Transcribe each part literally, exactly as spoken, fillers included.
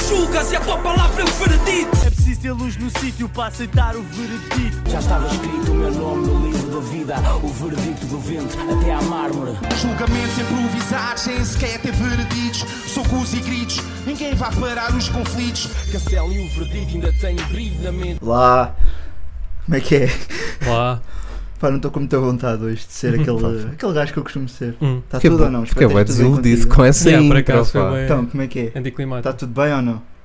julgas e a tua palavra é o veredito. É preciso ter luz no sítio para aceitar o veredito. Já estava escrito o meu nome no livro da vida, o veredito do vento até à mármore. Julgamentos improvisados, sem sequer ter vereditos. Socos e gritos, ninguém vai parar os conflitos. Castelo e o veredito ainda têm brilho na mente. Lá, como é que é? Lá. Pá, não estou com muita vontade hoje de ser aquele, aquele gajo que eu costumo ser. Hum. Está Porque tudo é ou não? Porque é bué Espero que esteja tudo bem desiludido contigo. com essa Yeah, por intro, acaso pá. foi bué Então, como é que é? anticlimático. Está tudo bem ou não?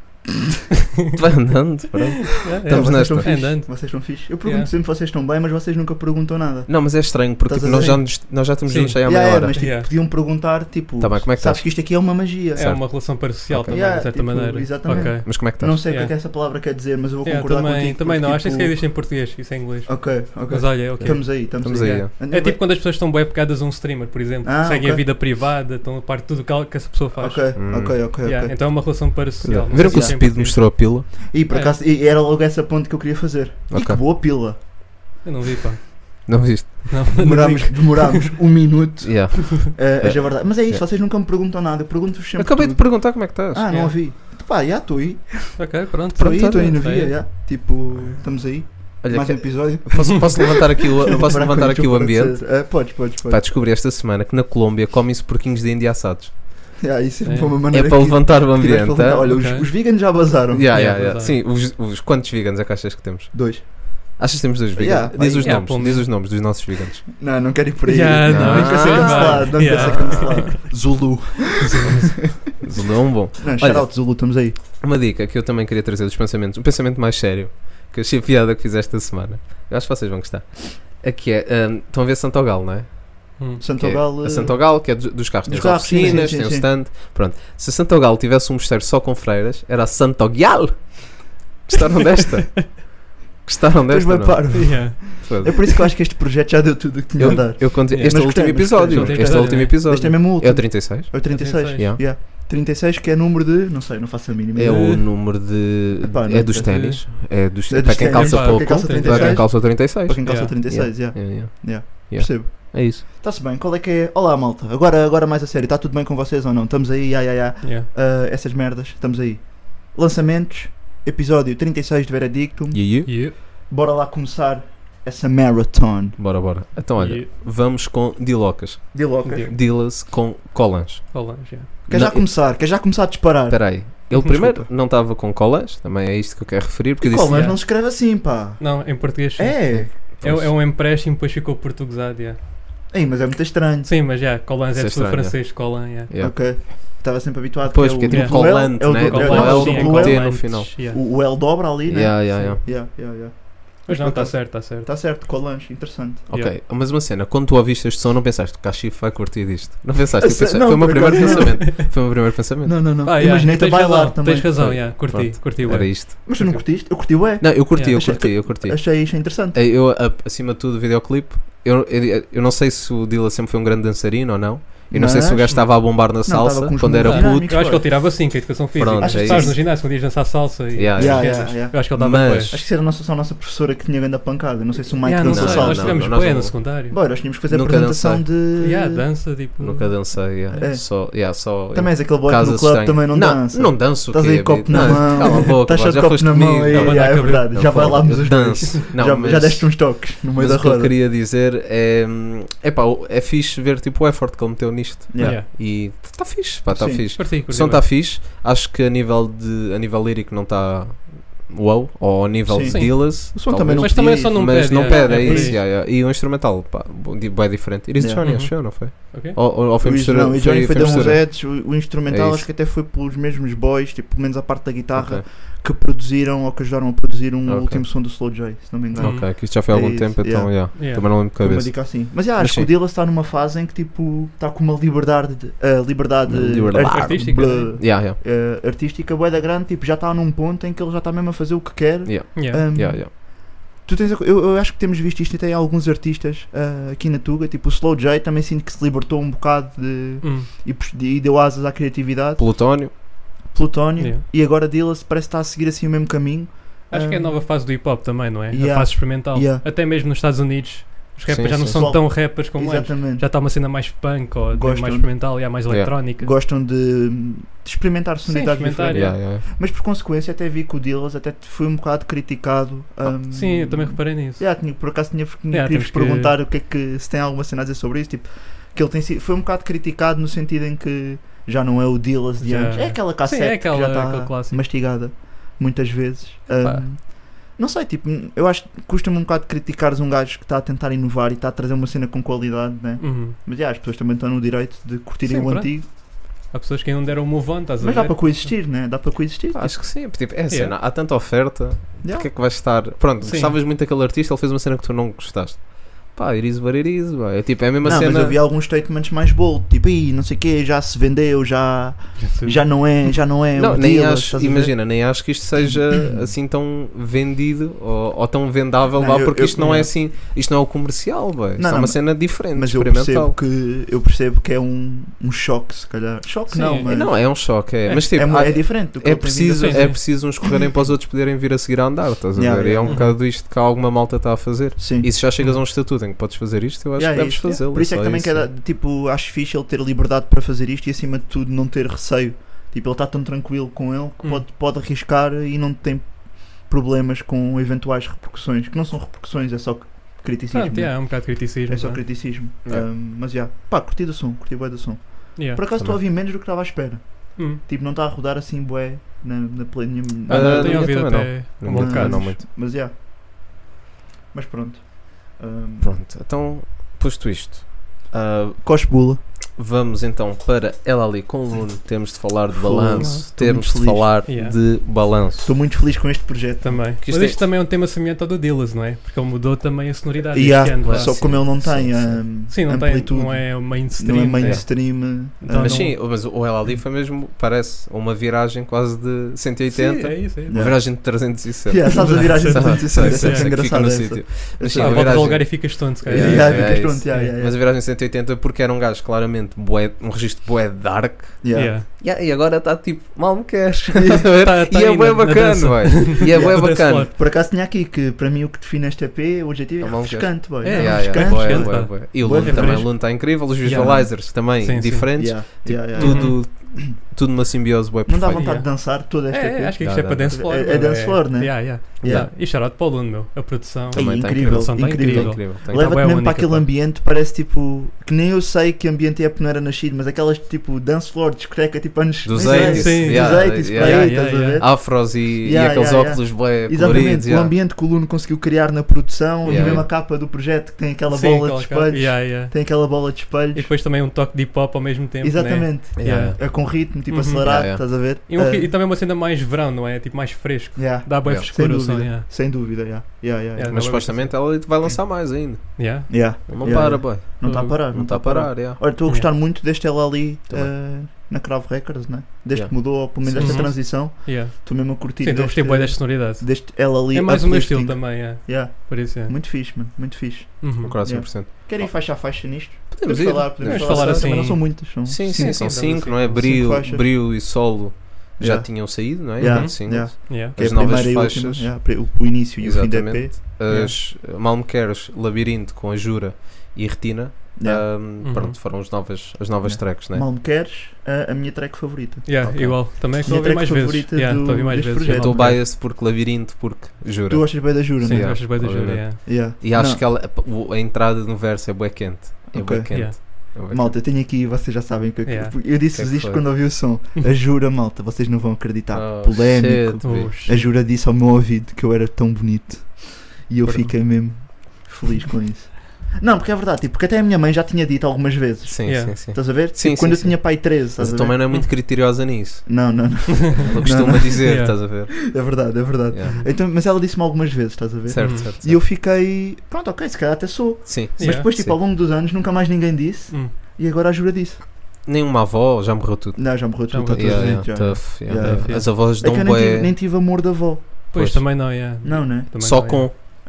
Vai andando, pronto. É, é, Estamos vocês nesta. estão fixe? Andando. Vocês estão fixe? Eu pergunto Yeah. sempre se vocês estão bem, mas vocês nunca perguntam nada. Não, mas é estranho, porque Estás tipo, a nós, ver? já, nos- nós já estamos Sim. juntos aí há Yeah, meia yeah, hora. mas tipo, Yeah. podiam perguntar, tipo, Tá bem, como é que sabes estás? que isto aqui é uma magia. É Certo. uma relação parcial Ok. também, Yeah, de certa tipo, maneira. exatamente. Ok. Mas como é que estás? Não sei o que é Yeah. que essa palavra quer dizer, mas eu vou Yeah, concordar também, contigo. também não, porque, acho que tipo, isso é em português, isso é em inglês. Ok, ok. Mas olha, é ok. Estamos aí, estamos, Estamos aí. aí, Yeah. É tipo quando as pessoas estão bem pegadas a um streamer, por exemplo. Ah, Seguem ok. a vida privada, estão a parte de tudo que- que essa pessoa faz. Ok, Hum. ok, ok, Yeah, ok. Então é uma relação parcial. Não Viram sei que o se é em Speed português. mostrou a pila? E por É. acaso, e era logo essa ponte que eu queria fazer. E Ok. que boa pila. Eu não vi, pá. Não viste? Não, Demorámos, demorámos um minuto Yeah. a a dizer a verdade. Mas é isso, Yeah. vocês nunca me perguntam nada, eu pergunto-vos sempre. Acabei de tudo. perguntar como é que estás. Ah, não Yeah. ouvi. Pá, já estou aí. Ok, pronto. Estou aí, Pronto, estou aí na olha, via, é. já. Tipo, estamos aí. Olha, Mais um que- episódio. posso, posso levantar aqui o, Não posso parar com levantar isto, aqui o para ambiente? dizer. Ah, podes, podes, Pá, podes. descobri esta semana que na Colômbia comem-se porquinhos de índia assados. Yeah, isso É. foi uma É maneira para que- levantar o que tiveste ambiente. para levantar. tá? Olha, os, Ok. os veganos já bazaram. Yeah, Yeah, yeah, yeah. exato. Sim, os, os, quantos veganos é que achas que temos? Dois. Achas que temos dois veganos? Yeah, diz os yeah, nomes, pomos. diz os nomes dos nossos veganos. Não, não quero ir por aí. Yeah, não, não, não quero ser ah, cancelado. Não yeah. quero ser cancelado. Zulu. Zulu é um bom. Não, shout out Zulu, estamos aí. Uma dica que eu também queria trazer dos pensamentos, um pensamento mais sério, que eu achei a piada que fizeste esta semana. Eu acho que vocês vão gostar. Aqui é, hum, estão a ver Santogal, não é? Hum. Santogal. Que é a eh, Santogal, que é dos, dos carros, dos tem as carros, sim, oficinas, sim, tem sim, o sim. stand. Pronto. Se a Santogal tivesse um mosteiro só com freiras, era a Santogal. Gostaram desta? Gostaram Depois desta? vai não? paro. Yeah. É por isso que eu acho que este projeto já deu tudo o que tinha a Eu, dar. eu conto, Yeah. este é o Mas último gostei, mas episódio. gostei. Este é o último episódio. Este é mesmo o É último. o trinta e seis? É o trinta e seis. Yeah. Yeah. trinta e seis que é número de. Não sei, não faço a mínima. É ideia. o número de. Epá, não é dos sei. ténis. É dos, É dos para quem ténis. calça Pá, pouco. quem calça trinta e Para quem seis. calça trinta e seis. Para quem calça Yeah. trinta e seis, yeah. Yeah, yeah. Yeah. Yeah. Percebo. É isso. Está-se bem, qual é que é? Olá malta, agora, agora mais a sério, está tudo bem com vocês ou não? Estamos aí, ya, ya, ya. Yeah. Uh, essas merdas, estamos aí. Lançamentos, episódio trinta e seis de Veredictum. E aí? Yeah. Bora lá começar essa marathon. Bora, bora. Então olha, Yeah. vamos com Dilocas. Dilocas. Yeah. Dilas com colãs. Olá, já. Quer já Não, começar? Quer já começar a disparar? Espera aí. Ele Desculpa. primeiro não estava com colãs, também é isto que eu quero referir, porque eu disse... Como? Mas yeah. não se escreve assim, pá. Não, em português sim. É. É, é um empréstimo, depois ficou portuguesado. Yeah. Ei, mas é muito estranho. Sim, mas já, Colans Isso é é de sul estranho, francês, Colan. Yeah. Yeah. Ok. Estava sempre habituado. Pois, porque porque é o- tipo o L- colante, é o né? do- Não é é o o do com L- T no final. Yeah. O, o L dobra ali, né? Yeah, yeah, yeah. Yeah, yeah, yeah. Mas não, por está acaso- certo, está certo. Está certo, colange, interessante. Ok, Yeah. mas uma cena, quando tu ouviste este som, não pensaste que o Cachif vai curtir disto? Não pensaste? Eu sei- Pensaste- não, foi o meu por primeiro acaso não. pensamento. Foi o meu primeiro pensamento. Não, não, não. Ah, yeah, Imaginei-te a tens bailar razão, também. Tens razão, Foi. yeah, curti, Pronto. curti. Era bué. isto. Mas tu não curtiste? Eu curti, ué. Não, eu curti, eu Yeah. curti, eu curti. Achei isto interessante. Eu, a- acima de tudo, o videoclipe, eu, eu, eu não sei se o Dilla sempre foi um grande dançarino ou não. Eu não sei se o Mas- gajo estava a bombar na estava salsa com os quando era movimentos puto. dinâmicos. Eu acho que ele tirava cinco, a educação física. Pronto, Acho é que estás isso. no ginásio quando ias dançar salsa e Yeah, e yeah, coisas. yeah, yeah. Eu acho que ele dava Mas- bué. Acho que isso era a nossa, só a nossa professora que tinha grande pancada. Não sei se o Mike Yeah, não dança sei, não, nós salsa. tivemos não, nós bué não- no secundário. Bora, nós tínhamos que fazer a Nunca apresentação dancei. de. Yeah, dança, tipo... Nunca dancei, yeah. É. Só, yeah, só Também és aquele boy que no casas club estranhas. também não dança. Não danço, o Estás quê? aí copo na Não, mão. Cala a boca, Estás pá, só de já copo foste na comigo. mão. É, Não, mas é, é não, verdade. não, Já não, bailámos os dois. danço. Não, já, mas, já deste uns toques no meio mas da o que eu roda. queria dizer é... É pá, é fixe ver tipo, o effort que ele meteu nisto. Yeah. Yeah. E está fixe, pá, está Sim. fixe. Curti, O curti som bué. está fixe. Acho que a nível, de, a nível lírico não está wow, ou ao nível Sim. de Sim. Dillas. O som talvez. também não Mas também pedia só não Mas pede. não yeah, pede, é, por isso. aí. yeah, yeah. E o instrumental, pá, bom, de- bué diferente. Iris Yeah. Johnny, Uhum. acho eu, não foi? Ok. Ou, ou, ou foi O Is- mistura? não, e Johnny foi, foi dar uns mistura? heads, o, o instrumental É acho isso. que até foi pelos mesmos boys, tipo, pelo menos a parte da guitarra, Ok. que produziram ou que ajudaram a produzir um Ok. último som do Slow J, se não me engano. Hum. Ok, que isto já foi há É algum isso, tempo, então, yeah. Yeah. Também não lembro de Foi uma cabeça. dica assim. Mas yeah, Mas acho que o sim. Dillas está numa fase em que tipo está com uma liberdade, de- uh, liberdade, Liberdade. ar- Artística, blá, né? Yeah, yeah. uh, artística bué da grande, tipo, já está num ponto em que ele já está mesmo a fazer o que quer. Yeah. Yeah. Um, Yeah, yeah. Tu tens a co- eu, eu acho que temos visto isto até em alguns artistas uh, aqui na Tuga, tipo o Slow J também sinto que se libertou um bocado de, Hum. e, pus- e deu asas à criatividade. Plutónio. Plutónio Yeah. e agora Dillas parece estar a seguir assim o mesmo caminho. Acho que é a Um, nova fase do hip hop também, não é? Yeah. A fase experimental. Yeah. Até mesmo nos Estados Unidos Os rappers Sim, já não sim. são Pessoal- tão rappers como antes. Exatamente. Já está uma cena mais punk ou Gostam mais de- experimental e há mais Yeah. eletrónica. Gostam de, de experimentar sonoridades experimentar, diferentes. Yeah, yeah. Mas por consequência até vi que o Dillaz até foi um bocado criticado. um, Sim, eu também reparei nisso. Yeah, tinha, por acaso tinha, tinha Yeah, queria vos temos que- perguntar o que é que se tem alguma cena a dizer sobre isso. Tipo, que ele tem sido, foi um bocado criticado no sentido em que já não é o Dillaz de Já- antes. É aquela cassete Sim, é aquela- que já aquele está clássico. mastigada muitas vezes. Epá. Um, não sei, tipo, eu acho que custa-me um bocado criticares um gajo que está a tentar inovar e está a trazer uma cena com qualidade, né? Uhum. Mas yeah, as pessoas também estão no direito de curtirem Sim, o pronto. antigo. Há pessoas que ainda não deram um move on, estás a Mas ver? dá para coexistir, né? Dá para coexistir. Pá, acho que sim, tipo, é assim, Yeah. há tanta oferta, Yeah. porque é que vais estar. Pronto, Sim. gostavas muito daquele artista, ele fez uma cena que tu não gostaste. Pá, it is what it is, pá. É tipo, é a mesma Não, cena. mas eu vi alguns statements mais bold, tipo, Ih, não sei o quê, já se vendeu, já, já não é, já não é Não, o nem Dillaz, acho, estás a ver? imagina, nem acho que isto seja assim tão vendido ou, ou tão vendável, Não, vá, eu- porque eu- isto não é yeah. assim, isto não é o comercial, bá. Isto Não, é não, uma mas- cena diferente, Mas eu percebo experimental. que, eu percebo que é um, um choque, se calhar. Choque Sim, não, é- mas Não, é um choque, é. É- Mas tipo, é, mu- há- é diferente do que é ele tem vindo a preciso, fazer. é preciso uns correrem para os outros poderem vir a seguir a andar, estás a Yeah, ver? E é yeah, um yeah. bocado isto que alguma malta está a fazer. Sim. E se já chegas a um estatuto em que podes fazer isto, eu acho Yeah, que é deves isto, yeah. fazê-lo. Por isso é que só também isso. quer, tipo, acho fixe ele ter liberdade para fazer isto e acima de tudo não ter receio. Tipo, ele está tão tranquilo com ele que Hum. pode, pode arriscar e não tem problemas com eventuais repercussões, que não são repercussões, é só criticismo. Pronto, né? yeah, é um bocado de criticismo. É só pá. criticismo. Yeah. Um, mas já, pá, curti do som, curti bué do som. Yeah. Por acaso estou a Também. ouvir menos do que estava à espera. Hum. Tipo, não está a rodar assim bué na, na play nenhuma. Ah, Ah, não, eu eu tenho ouvido também até Não um vou bom tocar, bocado. não muito. Mas já. Mas pronto. Um, Pronto, então, posto isto, ah, Cosbula. vamos então para ela ali com o Nuno. Temos de falar de Fogo. balanço, Estou temos muito de feliz. falar Yeah. de balanço. Estou muito feliz com este projeto. Também. Que Mas isto isto é- também é um tema semelhante ao do Dillaz, não é? Porque ele mudou também a sonoridade E este há, ano. claro. pá. só sim, como ele não sim, tem sim. um, Sim, não, tem, amplitude, não é o mainstream. não é é. mainstream. Então um, Mas não- sim, mas o ela ali foi mesmo, parece, uma viragem quase de cento e Sim, oitenta. é isso, é isso. Uma viragem de trezentos e sessenta. Yeah, sabes a viragem de Sei, trezentos e sessenta, sei, é sei, que fica engraçado no essa. sítio. Mas sim, Ah, a volta ao viragem- lugar e ficas tonto, se calhar. Yeah, Yeah, yeah, ficas é pronto, isso. yeah, Yeah. yeah, Mas a yeah. viragem cento e oitenta porque era um gajo claramente bué, um registro bué dark. Yeah. Yeah. Yeah, e agora está tipo, mal me queres. Tá- tá e é aí bué na- na bacana, dança. ué. E é bué No dance bacana. floor. Por acaso tinha aqui que para mim o que define este E P, o objetivo É é uma refrescante, boy. É, É Yeah, yeah, refrescante. bué, refrescante, bué, pá. bué. E o Bué Lune também, fresco. o Lune está incrível, os Yeah. visualizers também Sim, sim. diferentes. Yeah, Tipo, yeah, yeah. tudo, tudo numa simbiose bué Não dá perfeita. vontade Yeah. de dançar toda esta E P. É, acho que Dá, isto é dá, para dá. dance floor. É- é meu, dance floor, né? Yeah, yeah. Yeah. Yeah. E shout out para o Lune, meu. A produção. Também Ei, tá incrível, incrível, tá incrível. incrível. Incrível. Tem- Leva-te bué mesmo única, para aquele pá. ambiente, parece tipo. Que nem eu sei que ambiente é porque não era nascido, mas aquelas tipo dance floor, discoteca, tipo anos. Dos nem sei, oitenta, sim. Dos yeah, oitenta, yeah, para aí, yeah, estás a yeah, ver? afros e, e Yeah, aqueles yeah, óculos bué Exatamente, coloridos. o yeah. ambiente que o Luno conseguiu criar na produção e Yeah. mesmo a capa do projeto que tem aquela Sim, bola aquela de capa. espelhos. Yeah, yeah. Tem aquela bola de espelhos. E depois também um toque de hip hop ao mesmo tempo. Né? Exatamente. Yeah. É com ritmo, tipo Uhum. acelerado, Yeah, yeah. estás a ver? E, um- Ah, e também uma cena mais verão, não é? Tipo mais fresco. yeah. Dá boa Yeah. Sem frescura o som. dúvida, Yeah. sem dúvida, yeah. Yeah, yeah, yeah. Yeah. Mas Não, supostamente ela vai lançar mais ainda. Yeah. Yeah. Não Yeah, para, yeah. boy. Não está a parar, Não está a parar. yeah. Olha, estou a Yeah. gostar muito deste ela ali Também. ah, na Cravo Records, né? Desde Yeah. que mudou, ou pelo menos Sim. esta Uhum. transição, Yeah. estou mesmo a curtir Sim, estou a gostei deste, bué desta sonoridade. deste ela ali. É mais o meu estilo uplifting. também, yeah. Yeah. Por isso é. Muito fixe, mano, muito fixe. Uhum. Concordo cem por cento. Querem faixa a faixa nisto? Podemos Podemos ir. falar, podemos Vamos falar, falar também assim. não são muitas, são Sim, sim, cinco. são sim, cinco, sim. não é? Cinco Brio, faixas. Brio e Solo já Yeah. tinham saído, não é? Yeah. Enquanto singles. Yeah. Que é As a novas primeira e faixas. última, yeah, o, o início e o fim da E P. Exatamente. As Mal Me Queres, Labirinto com a Jura e Retina. Yeah. um, Uhum. Pronto, foram as novas, as novas Yeah. tracks, né? Mal me queres, a, a minha track favorita. Yeah, Ok. igual. Também é que Minha estou a ouvir track mais vezes. favorita Yeah, do- estou a ouvir mais deste vezes. projeto. Estou yeah, biased porque Labirinto, porque Jura. Tu gostas bem da Jura, Sim, não é? Yeah. gostas bem da Jura. obviamente. Yeah. Yeah. E acho Não, que ela, a, a entrada no verso é bué quente. É bué Ok. quente. Yeah. É bué Malta, eu tenho aqui, vocês já sabem que Yeah. eu disse-vos Que é que isto foi? quando ouvi o som. A Jura, malta, vocês não vão acreditar. Oh, Polémico. shit, Oh, bitch. A Jura disse ao meu ouvido que eu era tão bonito. E eu Perdão. fiquei mesmo feliz com isso. Não, porque é verdade, tipo, porque até a minha mãe já tinha dito algumas vezes. Sim, Yeah. sim, sim. Estás a ver? Sim, Tipo, quando sim, eu tinha pai treze, Mas estás a a ver? tua mãe não é muito criteriosa nisso. Não, não, não. Ela costuma não. dizer, Yeah. estás a ver? É verdade, é verdade. Yeah. Então, mas ela disse-me algumas vezes, estás a ver? Certo, Uhum. certo, certo. E eu fiquei, pronto, ok, se calhar até sou. Sim, sim. Mas Yeah. depois, tipo, Sim. ao longo dos anos, nunca mais ninguém disse. Hum. E agora a Jura disse. Nenhuma avó, já morreu tudo. Não, já morreu Já tudo, está morreu toda Yeah, a gente, yeah, já. tough, yeah. Yeah. Yeah. As avós É dão que eu nem tive, bué nem tive amor da avó. Pois Pois. também não, yeah. Não, né? Também só não, com. yeah.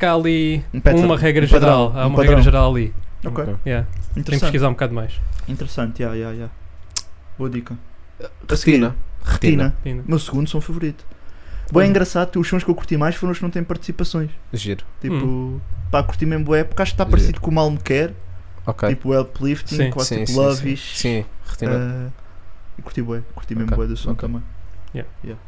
que há ali Um pattern, uma regra um padrão, geral. Há um uma padrão. regra geral ali. Ok, Ok. Yeah. Tenho que interessante. pesquisar um bocado mais. Interessante, yeah, yeah, yeah. Boa dica. A seguir, Retina. Retina. Ainda. Meu segundo som favorito. Bem Hum. engraçado, os sons que eu curti mais foram os que não têm participações. Giro. Tipo, pá, curti mesmo bué, porque acho que está Giro. parecido com o Mal Me Quer, Ok. tipo uplifting, Sim. quase Sim, tipo sim, Lovish. Sim, retina. Uh, e curti bué, curti mesmo Ok, bué do som ok. também. Yeah.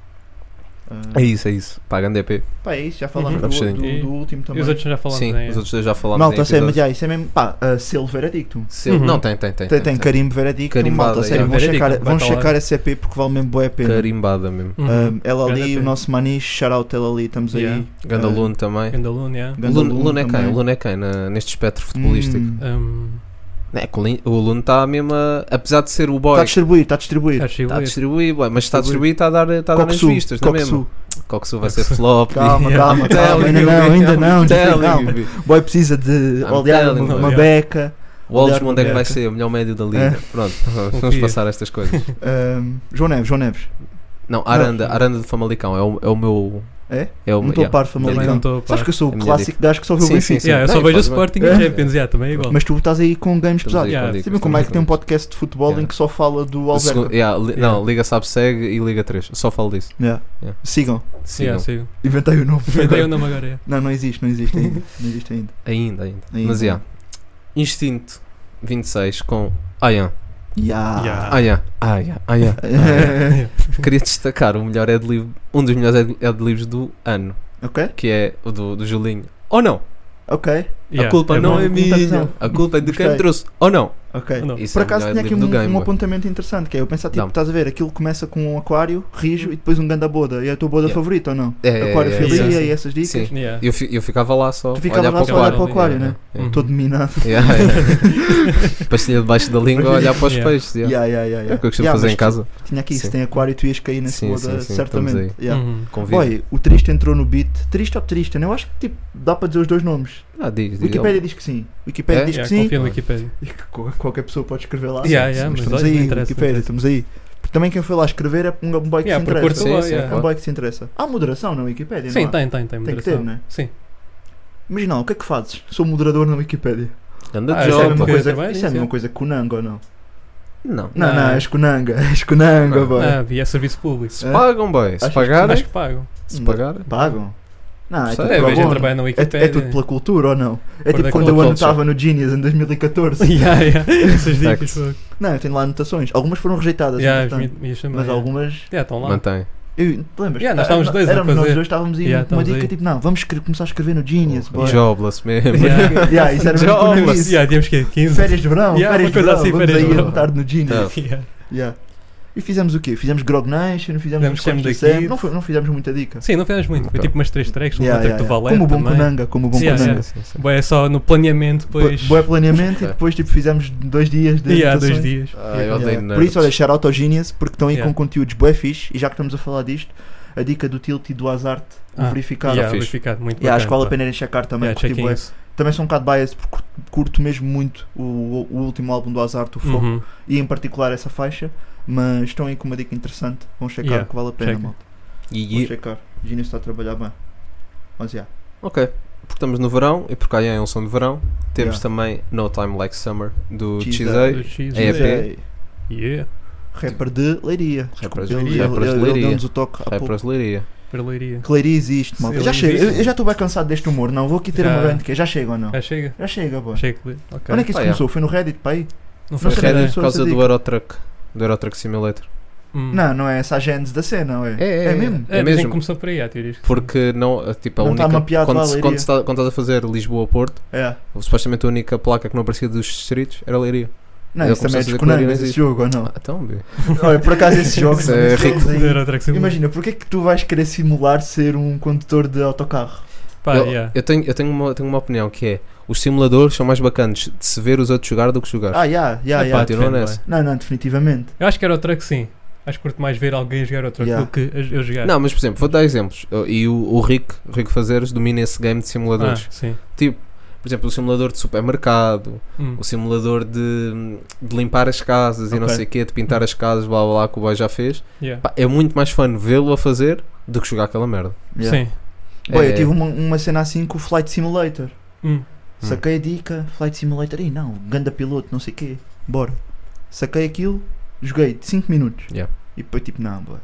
Uh, É isso, é isso. Pá, grande E P. Pá, é isso, já falámos Uhum. do, Sim. do, E- do último E também. os outros já falamos, Sim, né? os outros dois já falámos. Malta, em sei, mas episódios. já, isso é mesmo, pá, uh, selo veredicto. Se- Uhum. Não, tem, tem, tem. Tem, tem carimbo veredicto, Carimbada, malta, sério, yeah. vão Veredicto, checar, vai vão tá lá. checar esse E P porque vale mesmo bué a pena. Carimbada mesmo. Uhum. Um, ela ali, Grande o E P. nosso manis, shout-out ela ali, estamos Yeah. aí. Ganda Uh, Lune também. Gandalune, yeah. Ganda Lune, Lune Lune é quem? também. O Lune é quem na- neste espectro futebolístico? Hum, Um, É, que o Lin- o Lune está mesmo a, apesar de ser o boy, Está a distribuir, está a distribuir. acho que está a eu- distribuir, boy, mas está a Distribuir. distribuir e está a dar, está a dar nas Coxu, vistas, não é mesmo? Coxu. Coxu vai ser Coxu. flop. Calma, Yeah. calma, I'm calma, telling ainda you, não, I'm ainda não, telling calma. you. Boy precisa de I'm olhar telling uma, you. uma Yeah. beca. O Oldsmond é que Olhar vai para ser o melhor médio da liga. É. Pronto, vamos Confia. passar estas coisas. Um, João Neves, João Neves. Não, Aranda, Aranda de Famalicão é o, é o meu. É? É o Não estou a yeah. par, Também não Famalicão. estou a par. Sabes que eu sou É o a minha clássico gajo que só vê o Sim, Benfica. sim, sim. Yeah, eu só Não, vejo o faz bem. Sporting e É. o Champions, yeah, também é igual. Mas tu estás aí com games Estamos aí pesados. com Yeah. dicas, Sabem como é que estamos tem um aí com podcast de futebol Yeah. em que só fala do O segundo- Alberto? yeah, li- Yeah. Não, Liga Sabe Segue e Liga três. Só falo disso. Yeah. Yeah. Sigam. Sigam. Yeah, sigo. Inventei o nome. Inventei o nome agora, é. Não, não existe, não existe ainda. Não existe ainda. Ainda, ainda. Ainda. Mas yeah. Instinto vinte e seis com Ayan. Yeah. Yeah. Ayan. Ayan. Ayan. Ayan. Queria destacar o melhor ad-lib, um dos melhores ad- ad-libs do ano, Ok? que é o do, do Julinho. Ou não? Ok? Yeah, a culpa é não bom. é Muita minha. razão. A culpa é de quem Gostei. me trouxe. Ou não? Ok. Não. Isso Por é o acaso melhor tinha aqui ad-lib um, do game, um bué. apontamento interessante, que é eu pensar, tipo, Não. estás a ver, aquilo começa com um aquário, rijo e depois um ganda boda. E é a tua boda Yeah. favorita ou não? É, é, Aquariofilia é, é, é. e essas dicas. Sim. Yeah. Eu, fi- eu ficava lá só Tu ficavas olhar lá para o só a olhar aquário. para o aquário, né? Yeah, Todo minado. yeah. Yeah, yeah. Pastilha debaixo da língua a olhar para os Yeah. peixes. yeah. Yeah, yeah, yeah, É o que eu costumo yeah, fazer mas em casa. Tinha aqui, se Sim. tem aquário tu ias cair nessa Sim, boda, sim, sim, certamente. estamos aí. Yeah. Uhum. Convido. Boy, o Triste entrou no beat. Triste ou Tristan? Eu acho que tipo, dá para dizer os dois nomes. Ah, diz, diz. Wikipedia diz que sim. Wikipedia É? diz que Yeah, sim. confia no Wikipedia. E que qual- qualquer pessoa pode escrever lá. Yeah, Sim, yeah, mas mas estamos olha, aí, não interessa, Wikipedia, não estamos aí. Porque também quem foi lá escrever é um boy que Yeah, se por interessa. curto lá, Sim, sim, yeah. É um claro. boy que se interessa. Há moderação na Wikipedia, Sim, não há? tem, tem, tem. Tem que moderação. ter, né? Sim. Imagina, o que é que fazes? Sou moderador na Wikipedia. Anda Ah, de Isso é a job, mesma job. porque- coisa, trabalho, isso é a sim. mesma coisa que Conanga ou não? Não. Não, não, Não. és Conanga, és Conanga, Não. boy. Ah, e é serviço público. Se É? pagam, boy. Se Achas que pagarem, Acho que pagam. se pagarem. Pagam? Não, é Sei, tudo É, pro vejo a bono. trabalhar na É, Wikipedia. é tudo pela cultura ou não? É Por tipo da quando eu culture. anotava no Genius em dois mil e catorze. Yeah, yeah. Essas dicas. Facts. fogo. Não, eu tenho lá anotações. Algumas foram rejeitadas, Yeah, entretanto. as minhas também, mas yeah. algumas. Yeah, estão lá. Mantém. Eu, te lembras? Yeah, nós estávamos dois a Éramos nós fazer. dois, estávamos aí Yeah, com uma estávamos dica aí. tipo, não, vamos escre- começar a escrever no Genius. boy. Jobless mesmo. Yeah. Yeah, isso era mesmo Jobless. quando eu disse. Yeah, tínhamos que ir quinze. Férias de verão, Yeah, férias uma de coisa verão, assim, vamos férias de aí verão. anotar no Genius. Tá. Yeah. Yeah. E fizemos o quê? Fizemos Grog Nation, fizemos Fizemos uns quantos Sam de the Sam. Kid. Não, foi- não fizemos muita dica. Sim, não fizemos muito. Foi Ok. tipo umas três tracks, um Yeah, track yeah, do yeah. Valete Como o bom também. Conanga, como o bom Yeah, Conanga. Sim, sim, sim. Boa, é só no planeamento, depois. Boa planeamento e É. depois tipo, fizemos dois dias de Yeah, anotações. dois dias. Ah, eu Yeah. odeio Por nerds. isso, olha, shout out ao Genius, porque estão aí Yeah. com conteúdos bué fixe, e já que estamos a falar disto, a dica do Tilt e do Azarte, o Ah, verificado. Yeah, fixe. verificado, muito Yeah, acho que vale a bacana, pena irem checar também, Yeah, curti bué. check-ins. Também sou um bocado biased, porque curto, curto mesmo muito o, o último álbum do Azarte, o Fogo, Uhum. e em particular essa faixa, mas estão aí com uma dica interessante, vão checar Yeah, que vale a pena, check. malta. E- Vão e- checar, o Genius está a trabalhar bem. Mas já. Ok. Porque estamos no verão e porque aí é um som de verão. Temos Yeah. também No Time Like Summer do X A. X Do X A. É E P. Yeah. Rapper de Leiria. Rappers Ele- de ele- Rappers de ele- ele Leiria. deu-nos o toque há Vai pouco. para a Leiria. Para Leiria. Que Leiria existe, malta. Sim, Já ele chega, eu, existe. eu já estou bem cansado deste humor, não vou aqui ter Já. uma grande que já chega ou não? Já chega? Já chega, boa. Chega. Ok. Onde é que isso Ah, começou? Foi no Reddit, pá aí? Não Não foi sei, Reddit né? por Só causa essa do dica. Eurotruck. Do Eurotruck Simulator. Hum. Não, não é essa a gênese da cena, ué. É, é, é. mesmo? É, É dizem mesmo. que começou por aí, há teorias. que Porque não, tipo, a Não está única. mapeado quando, lá, se- Leiria. quando, se está- quando estás a fazer Lisboa-Porto, É. supostamente a única placa que não aparecia dos distritos era Leiria. Não, Eu isso também é comecei a dos dizer que Leiria Conangas, não esse existe. jogo, ou não? Ah, então, bê. Olha, por acaso esse jogo. Isso é esses rico. jogos aí- Era outra que se- Imagina, porque é que tu vais querer simular ser um condutor de autocarro? Pá, eu, yeah. eu tenho, eu tenho, uma, tenho uma opinião que é: os simuladores são mais bacanas de se ver os outros jogar do que jogar. Ah, já, já, Epá, já. Continua defendo, nessa. Não, não, definitivamente. Eu acho que era outra que sim. Acho que curto mais ver alguém jogar outra Yeah. do que eu eu jogar. Não, mas por exemplo, vou dar exemplos. Eu- E o, o Rick, o Rick Fazeres domina esse game de ah, simuladores. sim. Tipo, por exemplo, o simulador de supermercado, Hum. o simulador de, de limpar as casas e não Ok. sei o quê, de pintar as casas, blá blá blá, que o boy já fez. Yeah. Pá, é muito mais fun vê-lo a fazer do que jogar aquela merda. Yeah. Sim. Boy, É- eu tive uma, uma cena assim com o Flight Simulator. Hum. Saquei a dica, Flight Simulator, e não, ganda piloto, não sei o quê, bora. Saquei aquilo, joguei cinco minutos. Yeah. E depois tipo, não, boy.